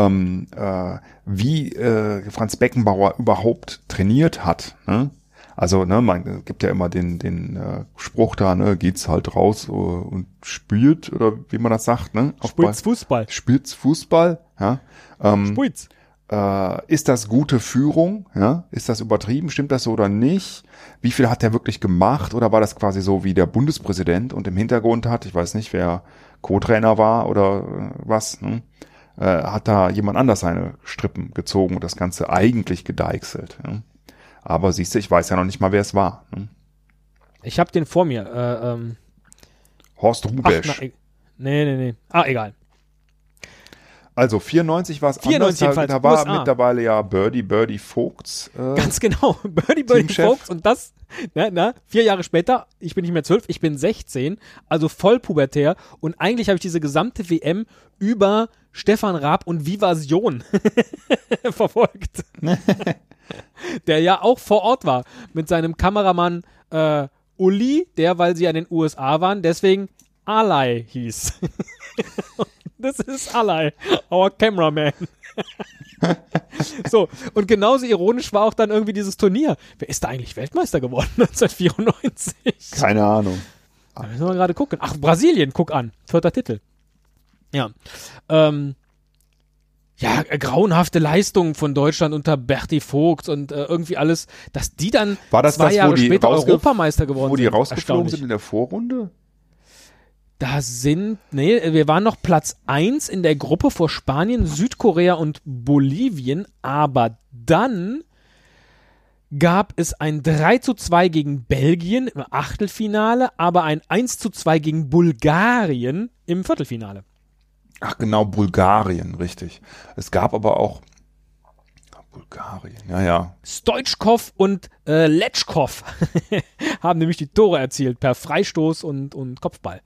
wie Franz Beckenbauer überhaupt trainiert hat. Ne? Also, ne, man gibt ja immer den Spruch da, ne, geht's halt raus und spielt, oder wie man das sagt, ne? Spielt's Fußball. Spielt's Fußball, ja. Spielt's. Ist das gute Führung? Ja? Ist das übertrieben? Stimmt das so oder nicht? Wie viel hat der wirklich gemacht? Oder war das quasi so wie der Bundespräsident und im Hintergrund ich weiß nicht, wer Co-Trainer war oder was, ne? Hat da jemand anders seine Strippen gezogen und das Ganze eigentlich gedeichselt. Ja? Aber siehst du, ich weiß ja noch nicht mal, wer es war. Ne? Ich habe den vor mir. Horst Rubesch. Nee. Egal. Also 94 war es 94 anders. jedenfalls, Da war USA. mittlerweile ja Birdie Vogts. Ganz genau. Birdie Teamchef. Folks und das, 4 Jahre später, ich bin nicht mehr 12, ich bin 16, also voll pubertär und eigentlich habe ich diese gesamte WM über Stefan Raab und Vivasion verfolgt. Der ja auch vor Ort war mit seinem Kameramann Uli, der, weil sie ja in den USA waren, deswegen Alay hieß. Das ist Alay, our cameraman. So, und genauso ironisch war auch dann irgendwie dieses Turnier. Wer ist da eigentlich Weltmeister geworden 1994? Keine Ahnung. Da müssen wir mal gerade gucken. Ach, Brasilien, guck an. 4. Titel. Ja. Ja, grauenhafte Leistungen von Deutschland unter Berti Vogt und irgendwie alles, dass die dann War das 2 das, wo Jahre die später Europameister geworden wo die sind. rausgeflogen Erstaunlich. sind in der Vorrunde? Wir waren noch Platz 1 in der Gruppe vor Spanien, Südkorea und Bolivien, aber dann gab es ein 3:2 gegen Belgien im Achtelfinale, aber ein 1:2 gegen Bulgarien im Viertelfinale. Ach genau, Bulgarien, richtig. Es gab aber auch Bulgarien, ja. Stoichkov und Letschkov haben nämlich die Tore erzielt per Freistoß und Kopfball.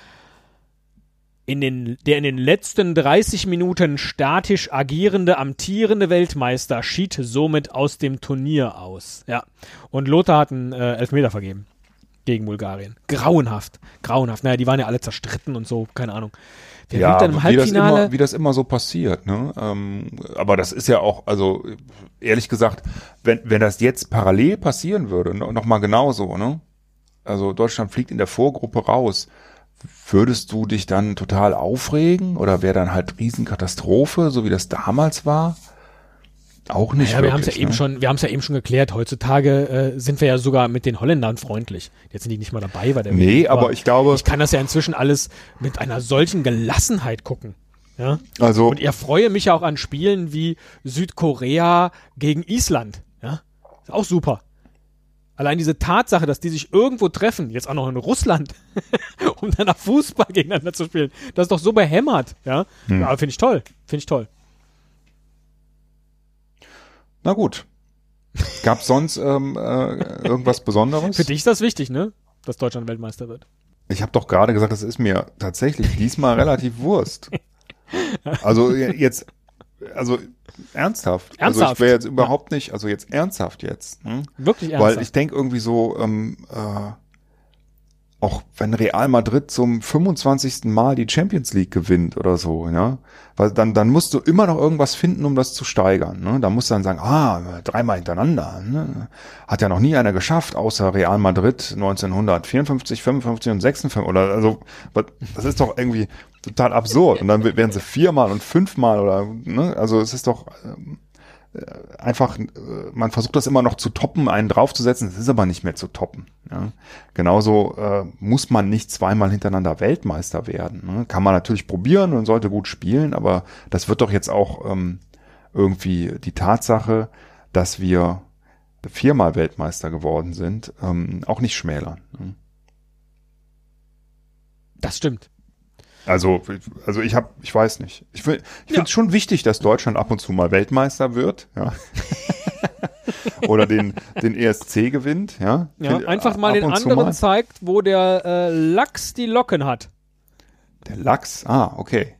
Der in den letzten 30 Minuten statisch agierende, amtierende Weltmeister schied somit aus dem Turnier aus. Ja. Und Lothar hat einen Elfmeter vergeben gegen Bulgarien. Grauenhaft. Naja, die waren ja alle zerstritten und so, keine Ahnung. Wer Ja, gewinnt dann im Halbfinale? wie das immer so passiert, ne? Aber das ist ja auch, also ehrlich gesagt, wenn das jetzt parallel passieren würde, noch mal genauso, ne? Also Deutschland fliegt in der Vorgruppe raus. Würdest du dich dann total aufregen oder wäre dann halt Riesenkatastrophe, so wie das damals war? Auch nicht Ja, wir haben es wirklich, ja eben schon geklärt. Heutzutage sind wir ja sogar mit den Holländern freundlich. Jetzt sind die nicht mal dabei, weil der Nee, WM, aber ich glaube, ich kann das ja inzwischen alles mit einer solchen Gelassenheit gucken. Ja? also Und ich erfreue mich ja auch an Spielen wie Südkorea gegen Island. Ja? Ist auch super. Allein diese Tatsache, dass die sich irgendwo treffen, jetzt auch noch in Russland, um dann nach Fußball gegeneinander zu spielen, das ist doch so behämmert. Ja, ja, finde ich toll. na gut. Gab's sonst irgendwas Besonderes? Für dich ist das wichtig, ne? Dass Deutschland Weltmeister wird. Ich habe doch gerade gesagt, das ist mir tatsächlich diesmal relativ Wurst. Also ernsthaft. Also ich wäre jetzt überhaupt nicht, also jetzt ernsthaft jetzt. Hm? Wirklich ernsthaft. Weil ich denke irgendwie so, auch wenn Real Madrid zum 25. Mal die Champions League gewinnt oder so, ja, weil dann musst du immer noch irgendwas finden, um das zu steigern, ne? Da musst du dann sagen, 3-mal hintereinander, ne? Hat ja noch nie einer geschafft, außer Real Madrid 1954, 55 und 56 oder also, das ist doch irgendwie total absurd und dann werden sie 4-mal und 5-mal oder, ne? Also es ist doch einfach, man versucht das immer noch zu toppen, einen draufzusetzen, es ist aber nicht mehr zu toppen. Ja. Genauso muss man nicht 2-mal hintereinander Weltmeister werden. Ne. Kann man natürlich probieren und sollte gut spielen, aber das wird doch jetzt auch irgendwie die Tatsache, dass wir 4-mal Weltmeister geworden sind, auch nicht schmälern. Ne. Das stimmt. Also ich weiß nicht. Ich finde es schon wichtig, dass Deutschland ab und zu mal Weltmeister wird, ja. Oder den ESC gewinnt, ja. Ja, einfach mal den anderen zeigt, wo der Lachs die Locken hat. Der Lachs? Okay.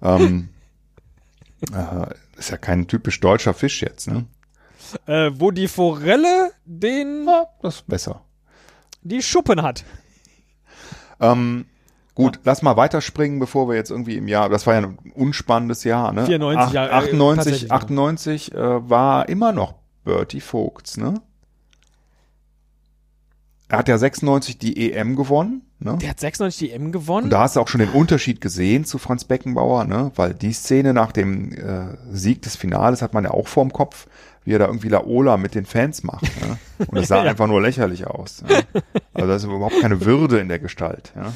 Ist ja kein typisch deutscher Fisch jetzt, ne? Wo die Forelle das ist besser. die Schuppen hat. Gut, lass mal weiterspringen, bevor wir jetzt irgendwie im Jahr, das war ja ein unspannendes Jahr, ne? 94, 98 war immer noch Bertie Vogts, ne? Er hat ja 96 die EM gewonnen, ne? Der hat 96 die EM gewonnen. Und da hast du auch schon den Unterschied gesehen zu Franz Beckenbauer, ne? Weil die Szene nach dem Sieg des Finales hat man ja auch vorm Kopf, wie er da irgendwie Laola mit den Fans macht, ne? Und es sah einfach nur lächerlich aus. Ja? Also da ist überhaupt keine Würde in der Gestalt, ja?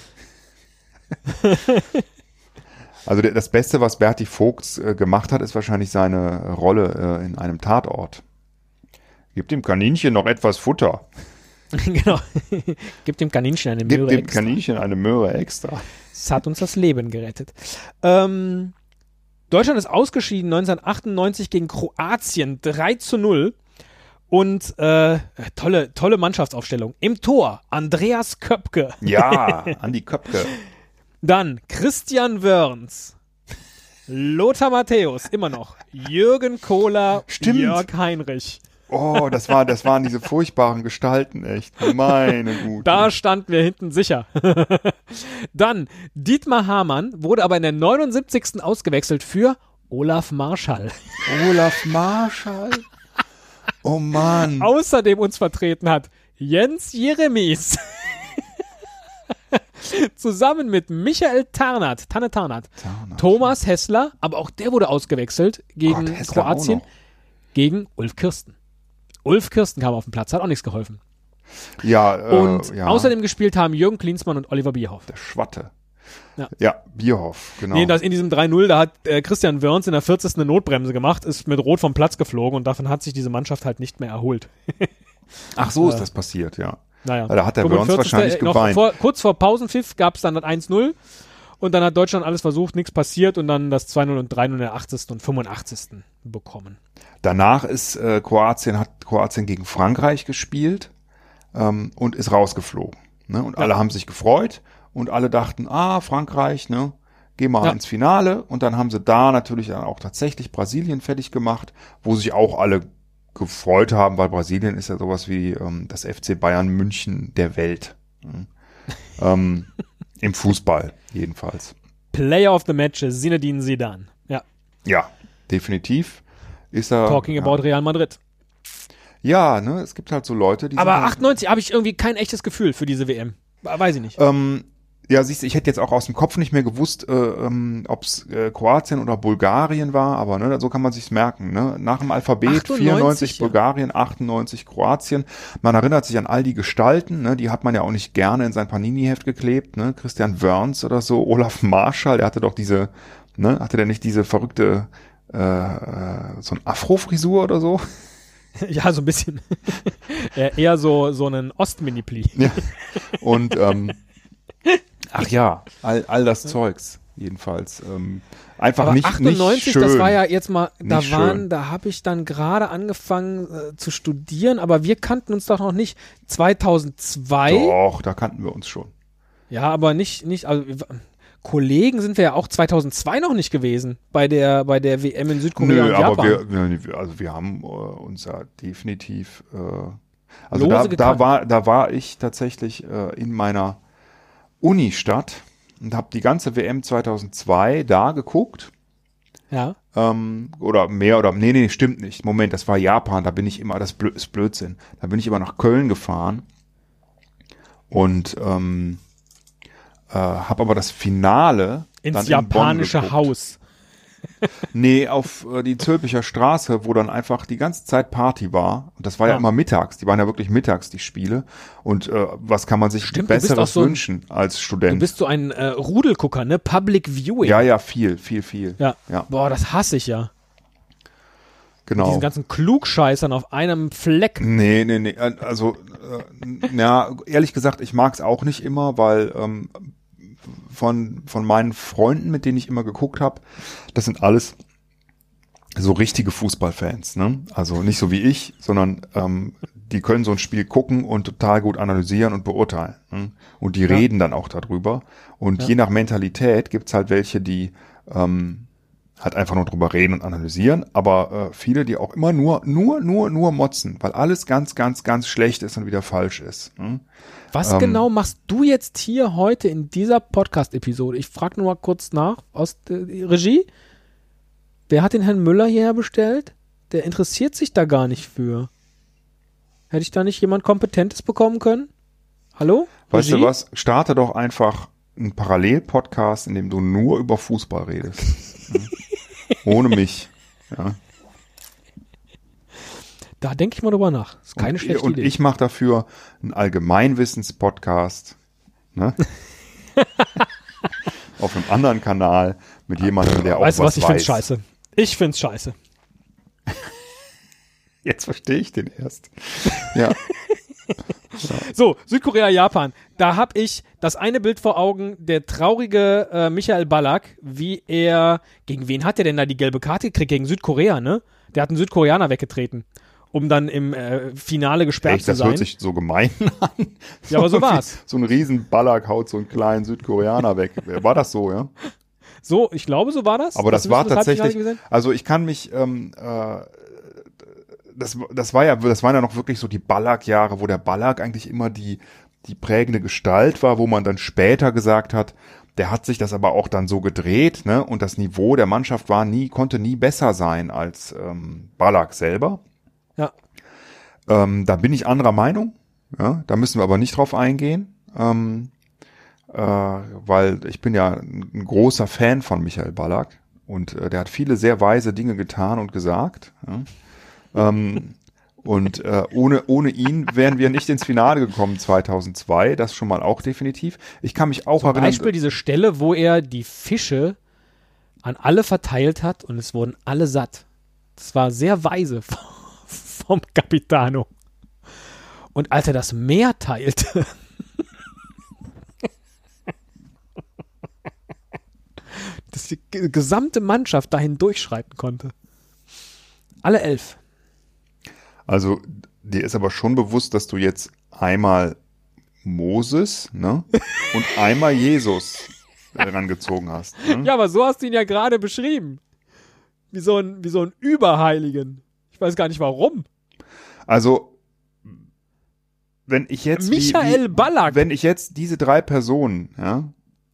Also das Beste, was Bertie Vogts gemacht hat, ist wahrscheinlich seine Rolle in einem Tatort. Gib dem Kaninchen noch etwas Futter. Genau. Gib dem Kaninchen eine Möhre extra. Gib dem Kaninchen eine Möhre extra. Das hat uns das Leben gerettet. Deutschland ist ausgeschieden 1998 gegen Kroatien 3-0. Und tolle Mannschaftsaufstellung. Im Tor Andreas Köpke. Ja, Andi Köpke. Dann Christian Wörns, Lothar Matthäus, immer noch, Jürgen Kohler, Stimmt. Jörg Heinrich. Oh, das waren diese furchtbaren Gestalten, echt. Meine Güte. Da standen wir hinten sicher. Dann Dietmar Hamann wurde aber in der 79. ausgewechselt für Olaf Marschall. Olaf Marschall? Oh Mann. Außerdem uns vertreten hat Jens Jeremies. Zusammen mit Michael Tarnath, Thomas Hessler, aber auch der wurde ausgewechselt gegen Kroatien, gegen Ulf Kirsten. Ulf Kirsten kam auf den Platz, hat auch nichts geholfen. Ja, und außerdem gespielt haben Jürgen Klinsmann und Oliver Bierhoff. Der Schwatte. Ja, Bierhoff, genau. Nee, in diesem 3-0, da hat Christian Wörns in der 40. eine Notbremse gemacht, ist mit Rot vom Platz geflogen und davon hat sich diese Mannschaft halt nicht mehr erholt. Ach, so ist das passiert, ja. Naja. Da hat der Wörns wahrscheinlich geweint. Kurz vor Pausenpfiff gab es dann das 1-0 und dann hat Deutschland alles versucht, nichts passiert und dann das 2-0 und 3-0 in der 80. und 85. bekommen. Danach hat Kroatien gegen Frankreich gespielt und ist rausgeflogen. Ne? Und alle haben sich gefreut und alle dachten, Frankreich, ne, geh mal ins Finale. Und dann haben sie da natürlich dann auch tatsächlich Brasilien fertig gemacht, wo sich auch alle gefreut haben, weil Brasilien ist ja sowas wie das FC Bayern München der Welt. Ne? Im Fußball jedenfalls. Player of the Matches, Zinedine Zidane. Ja, definitiv. Ist er, Talking about Real Madrid. Ja, ne, es gibt halt so Leute, die... Aber 98 habe ich irgendwie kein echtes Gefühl für diese WM. Weiß ich nicht. Ja, siehst du, ich hätte jetzt auch aus dem Kopf nicht mehr gewusst, ob es Kroatien oder Bulgarien war, aber ne, so kann man sich's merken. Ne? Nach dem Alphabet 94 Bulgarien, 98 Kroatien. Man erinnert sich an all die Gestalten, ne? Die hat man ja auch nicht gerne in sein Panini-Heft geklebt. Ne? Christian Wörns oder so, Olaf Marschall, der hatte doch diese, ne, hatte der nicht diese verrückte so ein Afro-Frisur oder so? Ja, so ein bisschen. Eher so einen Ost-Mini-Pli. Ja. Und ach ja, all das Zeugs jedenfalls. Einfach aber nicht 98, nicht schön. Das war ja jetzt mal, da Nicht habe ich dann gerade angefangen zu studieren, aber wir kannten uns doch noch nicht 2002. Doch, da kannten wir uns schon. Ja, aber nicht, also Kollegen sind wir ja auch 2002 noch nicht gewesen bei der WM in Südkorea und Japan. Aber wir haben uns ja definitiv, also Lose da war ich tatsächlich in meiner Unistadt und habe die ganze WM 2002 da geguckt. Ja. Nee, stimmt nicht. Moment, das war Japan, da bin ich immer, das ist Blödsinn. Da bin ich immer nach Köln gefahren und habe aber das Finale Ins dann japanische in Bonn geguckt. Haus. Nee, auf die Zülpicher Straße, wo dann einfach die ganze Zeit Party war. Und das war ja immer mittags. Die waren ja wirklich mittags, die Spiele. Und was kann man sich Stimmt, du bist auch Besseres so ein- wünschen als Student? Du bist so ein Rudelgucker, ne? Public Viewing. ja, viel. Ja. Ja. Boah, das hasse ich ja. Genau. Diesen ganzen Klugscheißern auf einem Fleck. Nee. Also, ehrlich gesagt, ich mag's auch nicht immer, weil von meinen Freunden, mit denen ich immer geguckt habe, das sind alles so richtige Fußballfans, ne? Also nicht so wie ich, sondern die können so ein Spiel gucken und total gut analysieren und beurteilen. Ne? Und die reden dann auch darüber. Und je nach Mentalität gibt's halt welche, die halt einfach nur drüber reden und analysieren, aber viele, die auch immer nur motzen, weil alles ganz, ganz, ganz schlecht ist und wieder falsch ist. Ne? Was genau machst du jetzt hier heute in dieser Podcast-Episode? Ich frage nur mal kurz nach aus der Regie. Wer hat den Herrn Müller hierher bestellt? Der interessiert sich da gar nicht für. Hätte ich da nicht jemand Kompetentes bekommen können? Hallo? Weißt Regie? du was? Starte doch einfach einen Parallel-Podcast, in dem du nur über Fußball redest. Ja? Ohne mich. Ja. Da denke ich mal drüber nach. Ist keine schlechte Und Idee. ich mache dafür einen Allgemeinwissens-Podcast. Ne? Auf einem anderen Kanal mit jemandem, der auch Weißt du was? was Ich weiß. find's scheiße. Ich find's scheiße. Jetzt verstehe ich den erst. Ja. So, Südkorea, Japan. Da habe ich das eine Bild vor Augen, der traurige Michael Ballack, wie er, gegen wen hat er denn da die gelbe Karte gekriegt? Gegen Südkorea, ne? Der hat einen Südkoreaner weggetreten, um dann im Finale gesperrt Echt, zu das sein. hört sich so gemein an. Ja, aber so war's. So ein riesen Ballack haut so einen kleinen Südkoreaner weg. War das so, ja? So, ich glaube, so war das. Aber das Hast du war das Halbfinale tatsächlich, gesehen? also ich kann mich, das waren ja noch wirklich so die Ballack-Jahre, wo der Ballack eigentlich immer die prägende Gestalt war, wo man dann später gesagt hat, der hat sich das aber auch dann so gedreht, ne? Und das Niveau der Mannschaft konnte nie besser sein als Ballack selber. Ja. Da bin ich anderer Meinung. Ja? Da müssen wir aber nicht drauf eingehen. Weil ich bin ja ein großer Fan von Michael Ballack und der hat viele sehr weise Dinge getan und gesagt. Ja? Ohne ihn wären wir nicht ins Finale gekommen 2002, das schon mal auch definitiv. Ich kann mich auch Zum erinnern. Beispiel diese Stelle, wo er die Fische an alle verteilt hat und es wurden alle satt. Das war sehr weise vom Capitano. Und als er das Meer teilte, dass die gesamte Mannschaft dahin durchschreiten konnte. Alle 11. Also dir ist aber schon bewusst, dass du jetzt einmal Moses, ne, und einmal Jesus herangezogen hast. Ne? Ja, aber so hast du ihn ja gerade beschrieben. Wie so ein Überheiligen. Ich weiß gar nicht warum. Also wenn ich jetzt Michael Ballack. wenn ich jetzt diese drei Personen, ja,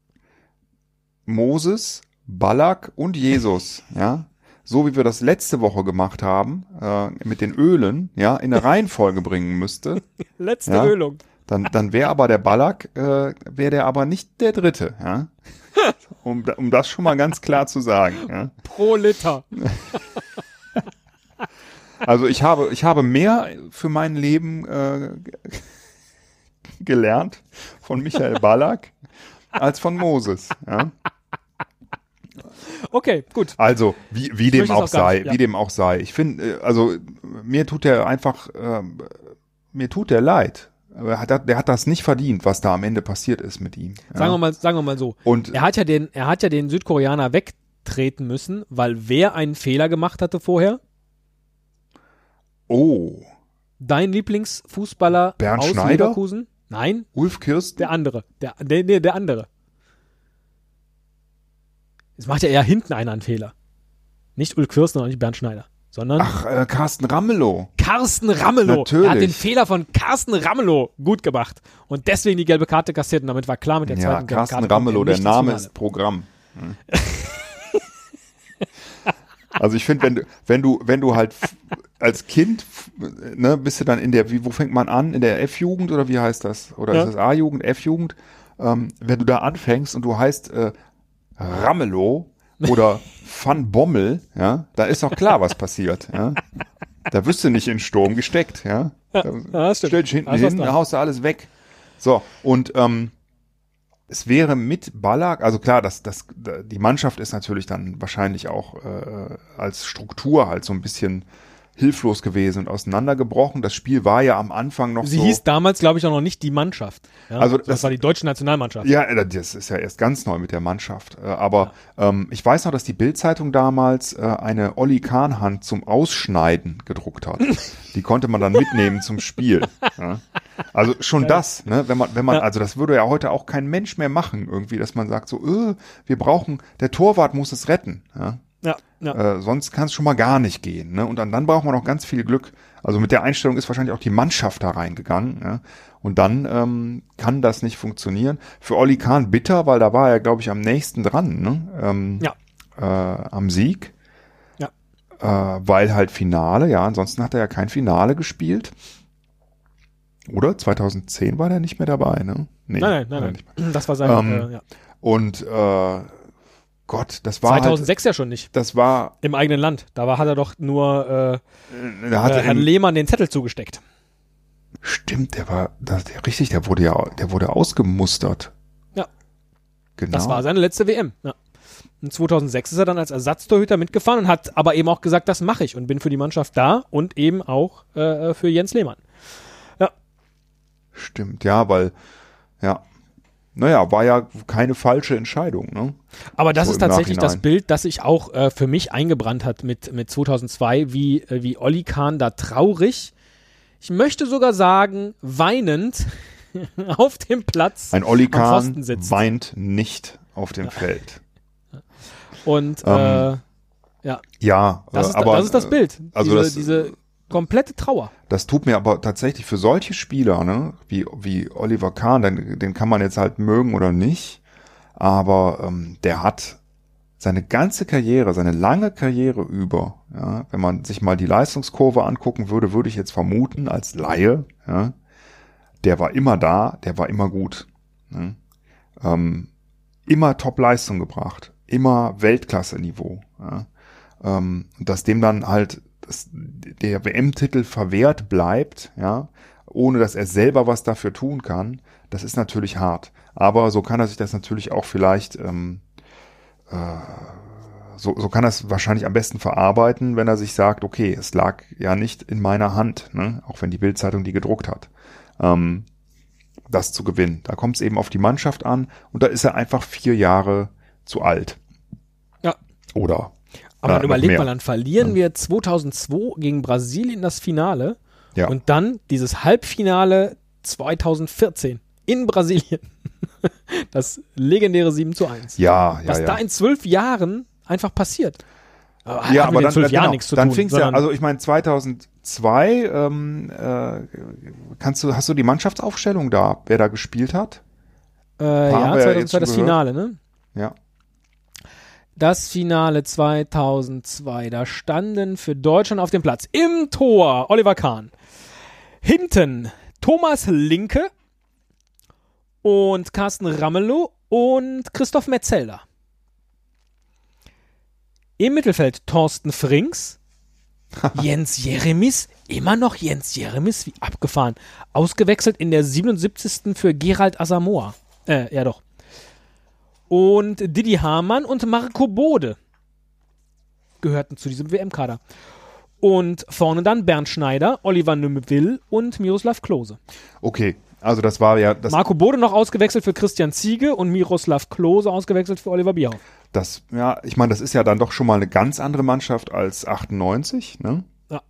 Moses, Ballack und Jesus, ja, so wie wir das letzte Woche gemacht haben, mit den Ölen, ja, in eine Reihenfolge bringen müsste, Letzte Ja. Ölung. dann wäre aber der Ballack, wäre der aber nicht der Dritte, ja. Um das schon mal ganz klar zu sagen, ja. Pro Liter. Also ich habe mehr für mein Leben gelernt von Michael Ballack als von Moses, ja. Okay, gut. Also, wie dem möchte auch es auch gar sei, nicht, ja. wie dem auch sei. Ich finde, also, mir tut der leid. Aber der hat das nicht verdient, was da am Ende passiert ist mit ihm. Ja. Sagen wir mal so. Und Er hat ja den Südkoreaner wegtreten müssen, weil wer einen Fehler gemacht hatte vorher? oh, Dein Lieblingsfußballer Bernd aus Schneider? Leverkusen? Nein, Ulf Kirsten? der andere. Der andere. Es macht ja eher hinten einer einen Fehler. Nicht Ulf Kirsten und nicht Bernd Schneider. sondern Carsten Ramelow. Carsten Ramelow. Natürlich. Er hat den Fehler von Carsten Ramelow gut gemacht und deswegen die gelbe Karte kassiert und damit war klar, mit der Ja, zweiten gelben Carsten Karte Ramelow, kommt er der nicht Name ins ist Programm. Also ich finde, wenn du halt als Kind, ne, bist du dann in der, wo fängt man an? In der F-Jugend oder wie heißt das? Oder Ja. ist das A-Jugend, F-Jugend? Wenn du da anfängst und du heißt Ramelow oder Van Bommel, ja, da ist auch klar, was passiert, ja. Da wirst du nicht in Sturm gesteckt, ja. das stimmt. Stell dich hinten Da ist was hin, dran. da haust du alles weg. So, und es wäre mit Ballack, also klar, die Mannschaft ist natürlich dann wahrscheinlich auch als Struktur halt so ein bisschen hilflos gewesen und auseinandergebrochen. Das Spiel war ja am Anfang noch Sie so. hieß damals, glaube ich, auch noch nicht die Mannschaft. Ja, Also das war die deutsche Nationalmannschaft. Ja, das ist ja erst ganz neu mit der Mannschaft. Aber ich weiß noch, dass die Bild-Zeitung damals eine Olli Kahn-Hand zum Ausschneiden gedruckt hat. Die konnte man dann mitnehmen zum Spiel. Ja. Also schon das, ne? Wenn man, also das würde ja heute auch kein Mensch mehr machen, irgendwie, dass man sagt so, der Torwart muss es retten. Ja. Ja. Sonst kann es schon mal gar nicht gehen. Ne? Und dann braucht man auch ganz viel Glück. Also mit der Einstellung ist wahrscheinlich auch die Mannschaft da reingegangen. Ja? Und dann kann das nicht funktionieren. Für Olli Kahn bitter, weil da war er, glaube ich, am nächsten dran, ne? Am Sieg. Ja. Weil halt Finale, ja, ansonsten hat er ja kein Finale gespielt. Oder? 2010 war der nicht mehr dabei, ne? Nee, Nein. nicht mehr. Das war sein, ja. Und Gott, das war 2006 ja schon nicht. Das war Im eigenen Land. Da hat er doch nur da hatte Herrn Lehmann den Zettel zugesteckt. Stimmt, der wurde ausgemustert. Ja. Genau. Das war seine letzte WM. Ja. Und 2006 ist er dann als Ersatztorhüter mitgefahren und hat aber eben auch gesagt, das mache ich und bin für die Mannschaft da und eben auch für Jens Lehmann. Ja. Stimmt, ja, weil, ja. Naja, war ja keine falsche Entscheidung, ne? Aber das So ist im tatsächlich das Nachhinein. Bild, das sich auch für mich eingebrannt hat mit 2002, wie Olli Kahn da traurig, ich möchte sogar sagen, weinend auf dem Platz Ein Olli am Kahn Pfosten sitzt. weint nicht auf dem Feld. Und Ja, aber das ist das Bild. also diese komplette Trauer. das tut mir aber tatsächlich für solche Spieler, ne, wie Oliver Kahn, den kann man jetzt halt mögen oder nicht, aber der hat seine ganze Karriere, seine lange Karriere über, ja, wenn man sich mal die Leistungskurve angucken würde, würde ich jetzt vermuten, als Laie, ja, der war immer da, der war immer gut. Ne? Immer Top-Leistung gebracht, immer Weltklasse-Niveau. Ja? Und dass dem dann halt der WM-Titel verwehrt bleibt, ja, ohne dass er selber was dafür tun kann, das ist natürlich hart. Aber so kann er sich das natürlich auch vielleicht, so kann er es wahrscheinlich am besten verarbeiten, wenn er sich sagt, okay, es lag ja nicht in meiner Hand, ne, auch wenn die Bild-Zeitung die gedruckt hat, das zu gewinnen. Da kommt es eben auf die Mannschaft an und da ist er einfach 4 Jahre zu alt. Ja. Oder Aber man noch überlegt mehr. mal, dann verlieren wir 2002 gegen Brasilien das Finale Ja. und dann dieses Halbfinale 2014 in Brasilien. Das legendäre 7:1. Ja, Was da in 12 Jahren einfach passiert. Hat Ja, mit aber den dann, 12 Jahren genau, nichts zu dann tun. fing's ja, sondern- also ich meine 2002, hast du die Mannschaftsaufstellung da, wer da gespielt hat? ja, haben wir ja 2002 jetzt das schon Finale, ne? Ja. Das Finale 2002, da standen für Deutschland auf dem Platz im Tor Oliver Kahn. Hinten Thomas Linke und Carsten Ramelow und Christoph Metzelder. Im Mittelfeld Thorsten Frings, Jens Jeremis, immer noch Jens Jeremis, wie abgefahren. Ausgewechselt in der 77. für Gerald Asamoah. Ja doch. Und Didi Hamann und Marco Bode gehörten zu diesem WM-Kader. Und vorne dann Bernd Schneider, Oliver Neuville und Miroslav Klose. Okay, also das war ja Marco Bode noch ausgewechselt für Christian Ziege und Miroslav Klose ausgewechselt für Oliver Bierhoff. ich meine, das ist ja dann doch schon mal eine ganz andere Mannschaft als 98, ne? Ja.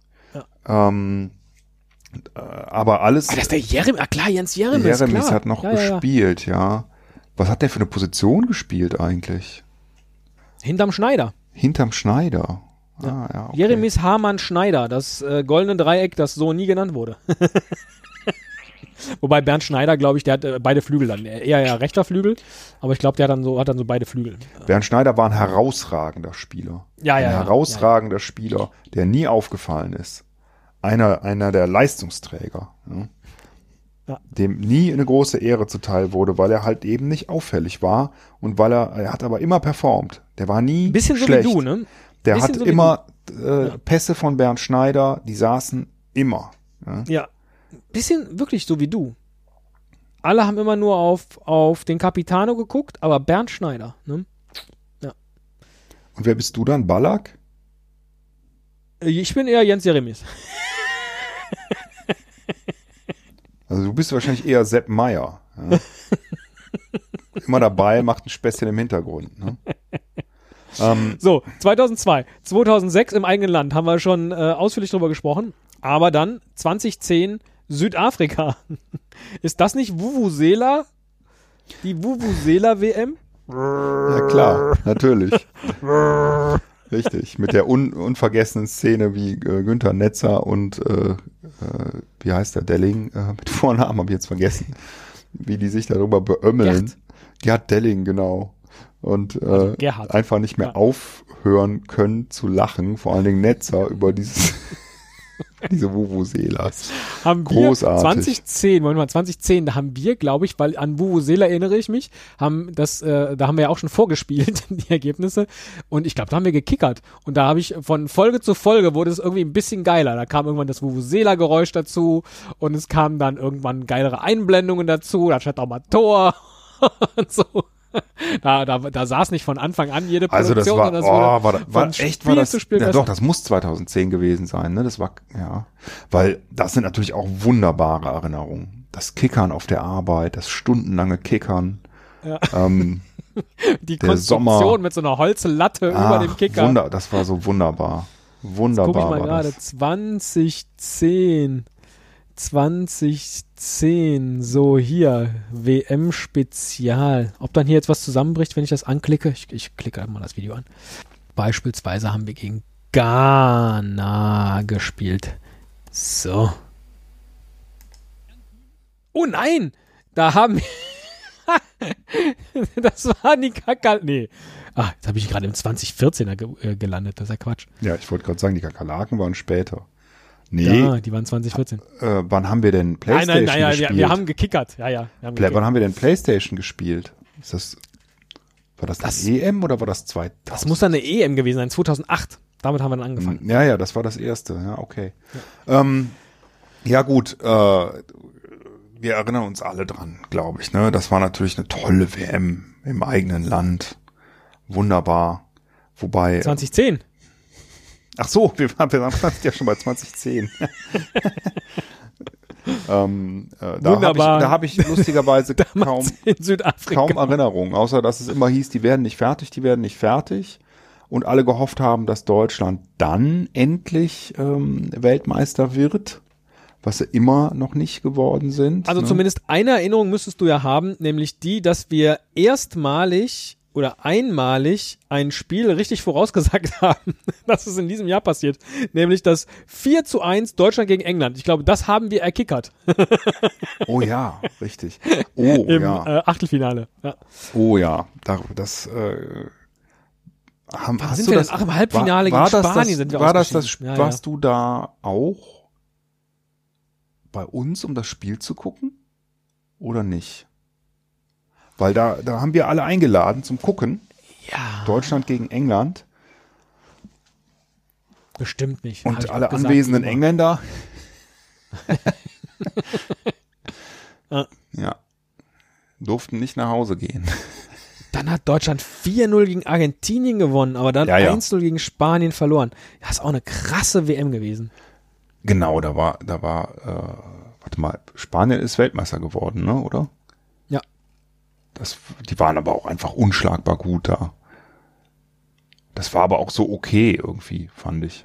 Aber alles, Ah, das ist der Jeremis, klar, Jens Jeremis, Jeremis klar. hat noch Ja. gespielt, ja. Was hat der für eine Position gespielt eigentlich? Hinterm Schneider. Hinterm Schneider. ja, okay. Jeremies Hamann Schneider, das goldene Dreieck, das so nie genannt wurde. Wobei Bernd Schneider, glaube ich, der hat beide Flügel dann. Eher ja rechter Flügel, aber ich glaube, der hat dann so beide Flügel. Bernd Schneider war ein herausragender Spieler. Ein herausragender Spieler, der nie aufgefallen ist. Einer der Leistungsträger. Ja. Ja. Dem nie eine große Ehre zuteil wurde, weil er halt eben nicht auffällig war und weil er hat aber immer performt. Der war nie Bisschen schlecht. so wie du, ne? Der Bisschen hat so wie immer Pässe von Bernd Schneider, die saßen immer. Ja. Ja, bisschen wirklich so wie du. Alle haben immer nur auf den Capitano geguckt, aber Bernd Schneider, ne? Ja. Und wer bist du dann? Ballack? Ich bin eher Jens Jeremies. Also du bist wahrscheinlich eher Sepp Meier. Ja. Immer dabei, macht ein Späßchen im Hintergrund. Ne? So, 2002, 2006 im eigenen Land haben wir schon ausführlich drüber gesprochen, aber dann 2010 Südafrika. Ist das nicht Vuvuzela? Die Vuvuzela-WM? Ja klar, natürlich. Richtig, mit der unvergessenen Szene wie Günther Netzer und wie heißt der, Delling, mit Vornamen habe ich jetzt vergessen, wie die sich darüber beömmeln. Gerd Delling, genau. Und einfach nicht mehr aufhören können zu lachen, vor allen Dingen Netzer über diese Vuvuzelas. Haben wir Großartig. 2010, da haben wir, glaube ich, weil an Vuvuzela erinnere ich mich, da haben wir ja auch schon vorgespielt, die Ergebnisse. Und ich glaube, da haben wir gekickert. Und da habe ich von Folge zu Folge wurde es irgendwie ein bisschen geiler. Da kam irgendwann das Vuvuzela-Geräusch dazu und es kamen dann irgendwann geilere Einblendungen dazu. Da stand auch mal Tor und so. Da saß nicht von Anfang an jede Produktion, also das sondern doch, das muss 2010 gewesen sein, ne? Das war, ja, weil das sind natürlich auch wunderbare Erinnerungen. Das Kickern auf der Arbeit, das stundenlange Kickern. Ja. Die der Konstruktion Sommer. mit so einer Holzlatte über dem Kicker. Das war so wunderbar. Wunderbar. Jetzt guck ich mal war gerade, das. 2010, so hier, WM-Spezial. Ob dann hier jetzt was zusammenbricht, wenn ich das anklicke? Ich klicke einfach mal das Video an. Beispielsweise haben wir gegen Ghana gespielt. So. Oh nein! Da haben wir... Das war die Kakal... Nee. Ah, jetzt habe ich gerade im 2014er gelandet. Das ist ja Quatsch. Ja, ich wollte gerade sagen, die Kakerlaken waren später. Nee. Ja, die waren 2014. Wann haben wir denn PlayStation gespielt? Wir haben gekickert. Ja. Wann haben wir denn PlayStation gespielt? War das EM oder war das 2000? Das muss dann eine EM gewesen sein, 2008. Damit haben wir dann angefangen. Ja, das war das erste. Ja, okay. Ja gut, wir erinnern uns alle dran, glaube ich. Ne? Das war natürlich eine tolle WM im eigenen Land. Wunderbar. Wobei... 2010. Ach so, wir waren ja schon bei 2010. Wunderbar. Da hab ich lustigerweise kaum Südafrika. Erinnerungen, außer dass es immer hieß, die werden nicht fertig. Und alle gehofft haben, dass Deutschland dann endlich Weltmeister wird, was sie immer noch nicht geworden sind. Also zumindest eine Erinnerung müsstest du ja haben, nämlich die, dass wir einmalig ein Spiel richtig vorausgesagt haben, dass es in diesem Jahr passiert. Nämlich das 4:1 Deutschland gegen England. Ich glaube, das haben wir erkickert. Oh ja, richtig. Oh Im ja. Achtelfinale. Ja. Oh ja. Im Halbfinale gegen Spanien sind wir ausgeschieden. Warst du da auch bei uns, um das Spiel zu gucken? Oder nicht? Weil da haben wir alle eingeladen zum Gucken. Ja. Deutschland gegen England. Bestimmt nicht. Und alle anwesenden Engländer. Ja. Durften nicht nach Hause gehen. Dann hat Deutschland 4:0 gegen Argentinien gewonnen, aber dann 1:0 gegen Spanien verloren. Ja, ist auch eine krasse WM gewesen. Genau, da war, warte mal, Spanien ist Weltmeister geworden, ne, oder? Ja. Die waren aber auch einfach unschlagbar gut da. Das war aber auch so okay irgendwie, fand ich.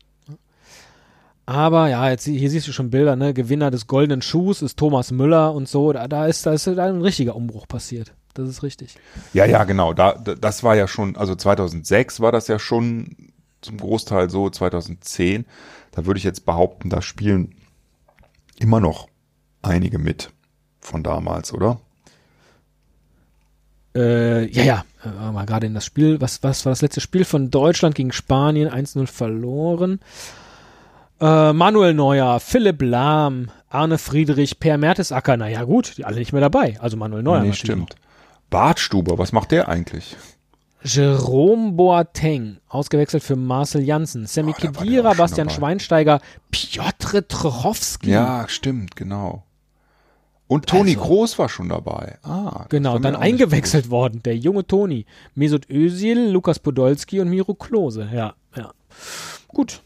Aber ja, hier siehst du schon Bilder, ne? Gewinner des Goldenen Schuhs ist Thomas Müller und so. Da ist ein richtiger Umbruch passiert. Das ist richtig. Ja, genau. Das war ja schon, also 2006 war das ja schon zum Großteil so 2010. Da würde ich jetzt behaupten, da spielen immer noch einige mit von damals, oder? Mal gerade in das Spiel, was war das letzte Spiel von Deutschland gegen Spanien, 1-0 verloren. Manuel Neuer, Philipp Lahm, Arne Friedrich, Per Mertesacker, naja gut, die alle nicht mehr dabei, also Manuel Neuer natürlich. Stimmt. Bartstuber, was macht der eigentlich? Jerome Boateng, ausgewechselt für Marcel Janssen, Sammy Da war der Khedira, auch schon Bastian dabei. Schweinsteiger, Piotr Trochowski. Ja, stimmt, genau. Und Toni Also- Kroos war schon dabei. Das Genau, war mir dann auch nicht eingewechselt worden, der junge Toni, Mesut Özil, Lukas Podolski und Miro Klose. Ja. Gut.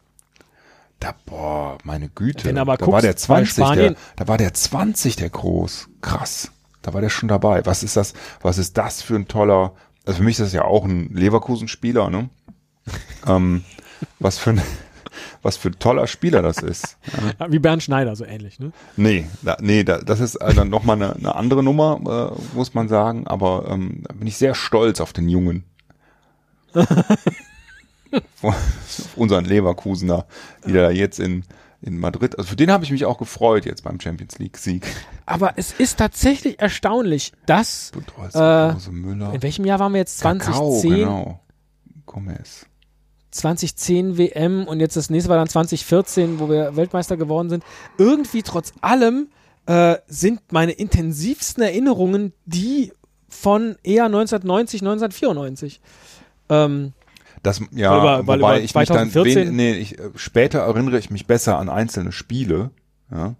Meine Güte. Wenn aber da guckst, war der bei 20, Spanien- da war der 20, der Groß. Krass. Da war der schon dabei. Was ist das für ein toller, also für mich ist das ja auch ein Leverkusen-Spieler, ne? Was für ein toller Spieler das ist. Wie Bernd Schneider, so ähnlich, ne? Das ist dann nochmal eine andere Nummer, muss man sagen, aber da bin ich sehr stolz auf den Jungen. Auf unseren Leverkusener, die da jetzt in Madrid, also für den habe ich mich auch gefreut jetzt beim Champions League Sieg. Aber es ist tatsächlich erstaunlich, dass, Klose, Müller, in welchem Jahr waren wir jetzt? Kakao, 2010? genau. Gomez. 2010 WM und jetzt das nächste war dann 2014, wo wir Weltmeister geworden sind. Irgendwie trotz allem sind meine intensivsten Erinnerungen die von eher 1990, 1994. Das, ja, Weil wobei über ich mich dann 2014 später erinnere ich mich besser an einzelne Spiele. Ja.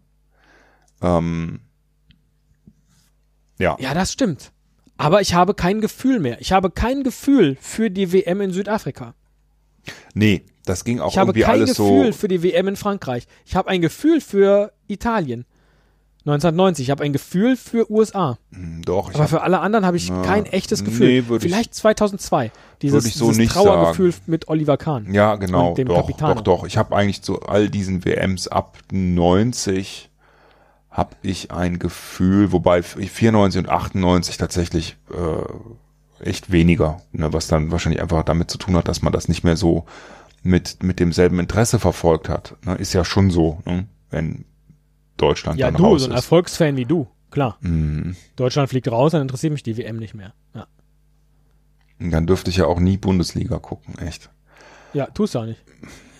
Ja, das stimmt. Aber ich habe kein Gefühl mehr. Ich habe kein Gefühl für die WM in Südafrika. Nee, das ging auch Ich habe irgendwie kein alles Gefühl so. für die WM in Frankreich. Ich habe ein Gefühl für Italien. 1990. Ich habe ein Gefühl für USA. Doch, Aber für alle anderen habe ich kein echtes Gefühl. nee, würde ich- Vielleicht 2002. würde ich so dieses nicht Trauergefühl mit Oliver Kahn. Ja, genau, Und dem doch. Capitano. Ich habe eigentlich zu all diesen WMs ab 90 habe ich ein Gefühl, wobei 94 und 98 tatsächlich echt weniger, ne, was dann wahrscheinlich einfach damit zu tun hat, dass man das nicht mehr so mit demselben Interesse verfolgt hat. Ne, ist ja schon so, ne, wenn Deutschland Ja, dann du, raus so ein ist. Erfolgsfan wie du. Klar. Mhm. Deutschland fliegt raus, dann interessiert mich die WM nicht mehr. Ja, Und dann dürfte ich ja auch nie Bundesliga gucken, echt. ja tust du auch nicht.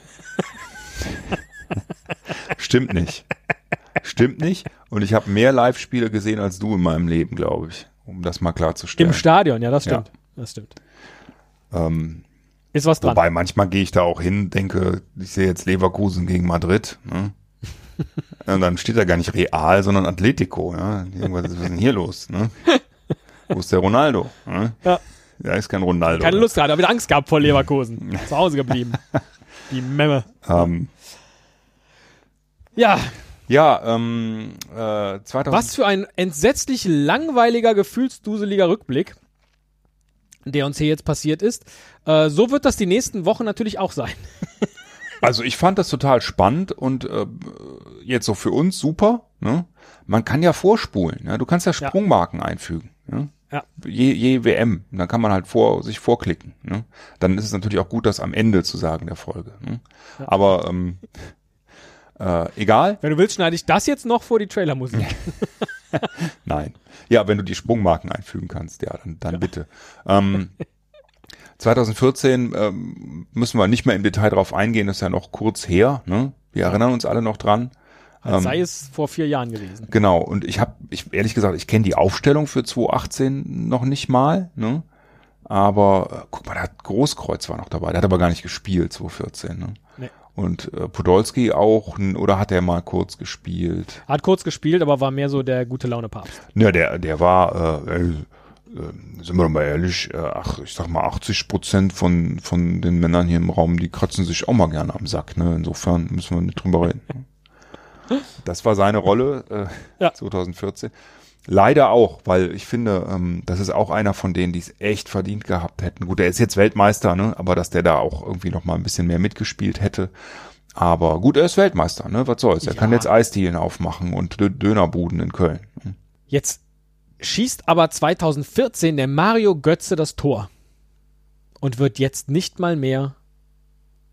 Stimmt nicht. Stimmt nicht. Und ich habe mehr Live-Spiele gesehen als du in meinem Leben, glaube ich. Um das mal klarzustellen. Im Stadion, ja, das Ja. stimmt. Das stimmt. Ähm, Ist was dran. wobei manchmal gehe ich da auch hin, denke, ich sehe jetzt Leverkusen gegen Madrid. Ne? Und dann steht da gar nicht Real, sondern Atletico. Ja? Was ist denn hier los? Ne? Wo ist der Ronaldo? Ne? Ja. Da ist kein Ronaldo. Keine Lust gerade, aber wieder Angst gehabt vor Leverkusen. Zu Hause geblieben. Die Memme. Ja, Ja, 2000. was für ein entsetzlich langweiliger, gefühlsduseliger Rückblick, der uns hier jetzt passiert ist. So wird das die nächsten Wochen natürlich auch sein. Also ich fand das total spannend und jetzt so für uns super. Ne? Man kann ja vorspulen. Ja? Du kannst ja Sprungmarken einfügen. Ja? Ja. Je WM. Dann kann man halt sich vorklicken. Ne? Dann ist es natürlich auch gut, das am Ende zu sagen der Folge. Ne? Ja. Aber egal. Wenn du willst, schneide ich das jetzt noch vor die Trailermusik. Nein. Ja, wenn du die Sprungmarken einfügen kannst, ja, dann bitte. 2014 müssen wir nicht mehr im Detail drauf eingehen, ist ja noch kurz her. Ne? Wir erinnern uns alle noch dran. Als sei es vor 4 Jahren gewesen. Genau, und ehrlich gesagt, ich kenne die Aufstellung für 2018 noch nicht mal, ne? Aber guck mal, Großkreuz war noch dabei, der hat aber gar nicht gespielt, 2014, ne? Nee. Und Podolski auch, oder hat er mal kurz gespielt? Hat kurz gespielt, aber war mehr so der gute Laune-Papst. Ja, der war, sind wir doch mal ehrlich, ich sag mal 80% von den Männern hier im Raum, die kratzen sich auch mal gerne am Sack, ne? Insofern müssen wir nicht drüber reden. Ne? Das war seine Rolle 2014. Leider auch, weil ich finde, das ist auch einer von denen, die es echt verdient gehabt hätten. Gut, der ist jetzt Weltmeister, ne? Aber dass der da auch irgendwie noch mal ein bisschen mehr mitgespielt hätte. Aber gut, er ist Weltmeister, ne? Was soll's? Er kann jetzt Eisdielen aufmachen und Dönerbuden in Köln. Jetzt schießt aber 2014 der Mario Götze das Tor und wird jetzt nicht mal mehr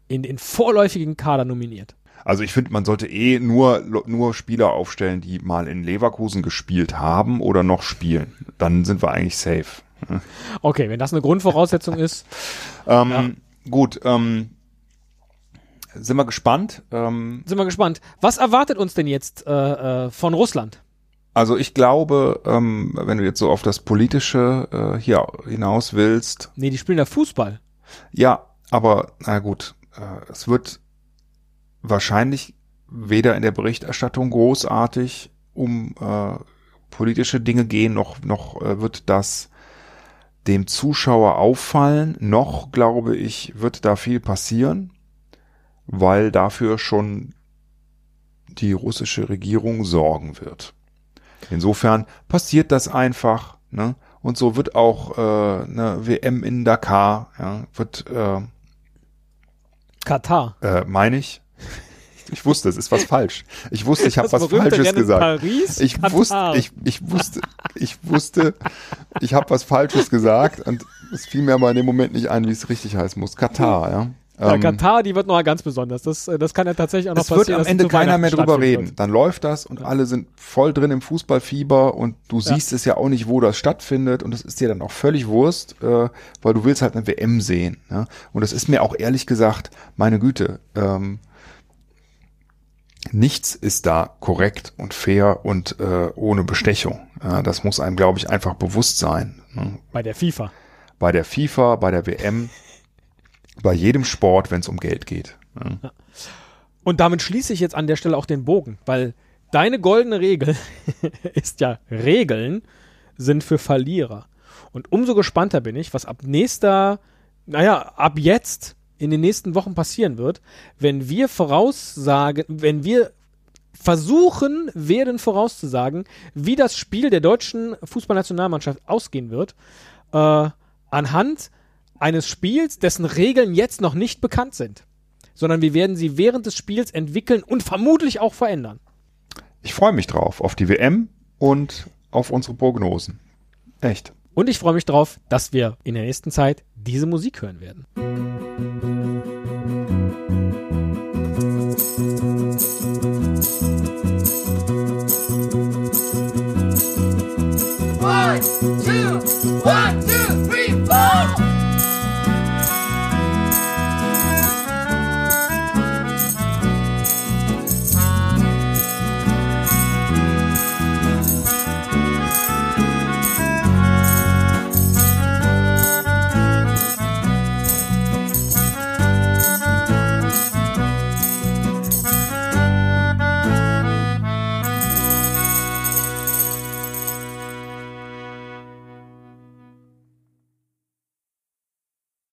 in den vorläufigen Kader nominiert. Also ich finde, man sollte nur Spieler aufstellen, die mal in Leverkusen gespielt haben oder noch spielen. Dann sind wir eigentlich safe. Okay, wenn das eine Grundvoraussetzung ist. Gut, sind wir gespannt. Was erwartet uns denn jetzt von Russland? Also ich glaube, wenn du jetzt so auf das Politische hier hinaus willst. Nee, die spielen da Fußball. Ja, aber na gut, es wird wahrscheinlich weder in der Berichterstattung großartig um politische Dinge gehen, noch wird das dem Zuschauer auffallen, noch, glaube ich, wird da viel passieren, weil dafür schon die russische Regierung sorgen wird. Insofern passiert das einfach, ne? Und so wird auch eine WM in Dakar, ja, wird Katar. Meine ich. Ich wusste, es ist was falsch. Ich wusste, ich habe was berühmte Falsches Rennen gesagt. Paris, Ich Katar. wusste, ich habe was Falsches gesagt und es fiel mir aber in dem Moment nicht ein, wie es richtig heißen muss. Katar, ja. Ja, Katar, die wird noch ganz besonders. Das kann ja tatsächlich auch noch Es passieren. wird am dass Ende zu keiner Weihnachten mehr drüber stattfinden reden. Dann läuft das und alle sind voll drin im Fußballfieber und du siehst es ja auch nicht, wo das stattfindet und es ist dir dann auch völlig Wurst, weil du willst halt eine WM sehen. Ja? Und das ist mir auch ehrlich gesagt, meine Güte, nichts ist da korrekt und fair und ohne Bestechung. Ja, das muss einem, glaube ich, einfach bewusst sein. Ne? Bei der FIFA. Bei der FIFA, bei der WM, bei jedem Sport, wenn es um Geld geht. Ja. Und damit schließe ich jetzt an der Stelle auch den Bogen, weil deine goldene Regel ist ja, Regeln sind für Verlierer. Und umso gespannter bin ich, was ab jetzt in den nächsten Wochen passieren wird, wenn wir versuchen werden vorauszusagen, wie das Spiel der deutschen Fußballnationalmannschaft ausgehen wird, anhand eines Spiels, dessen Regeln jetzt noch nicht bekannt sind, sondern wir werden sie während des Spiels entwickeln und vermutlich auch verändern. Ich freue mich drauf, auf die WM und auf unsere Prognosen. Echt. Und ich freue mich drauf, dass wir in der nächsten Zeit diese Musik hören werden.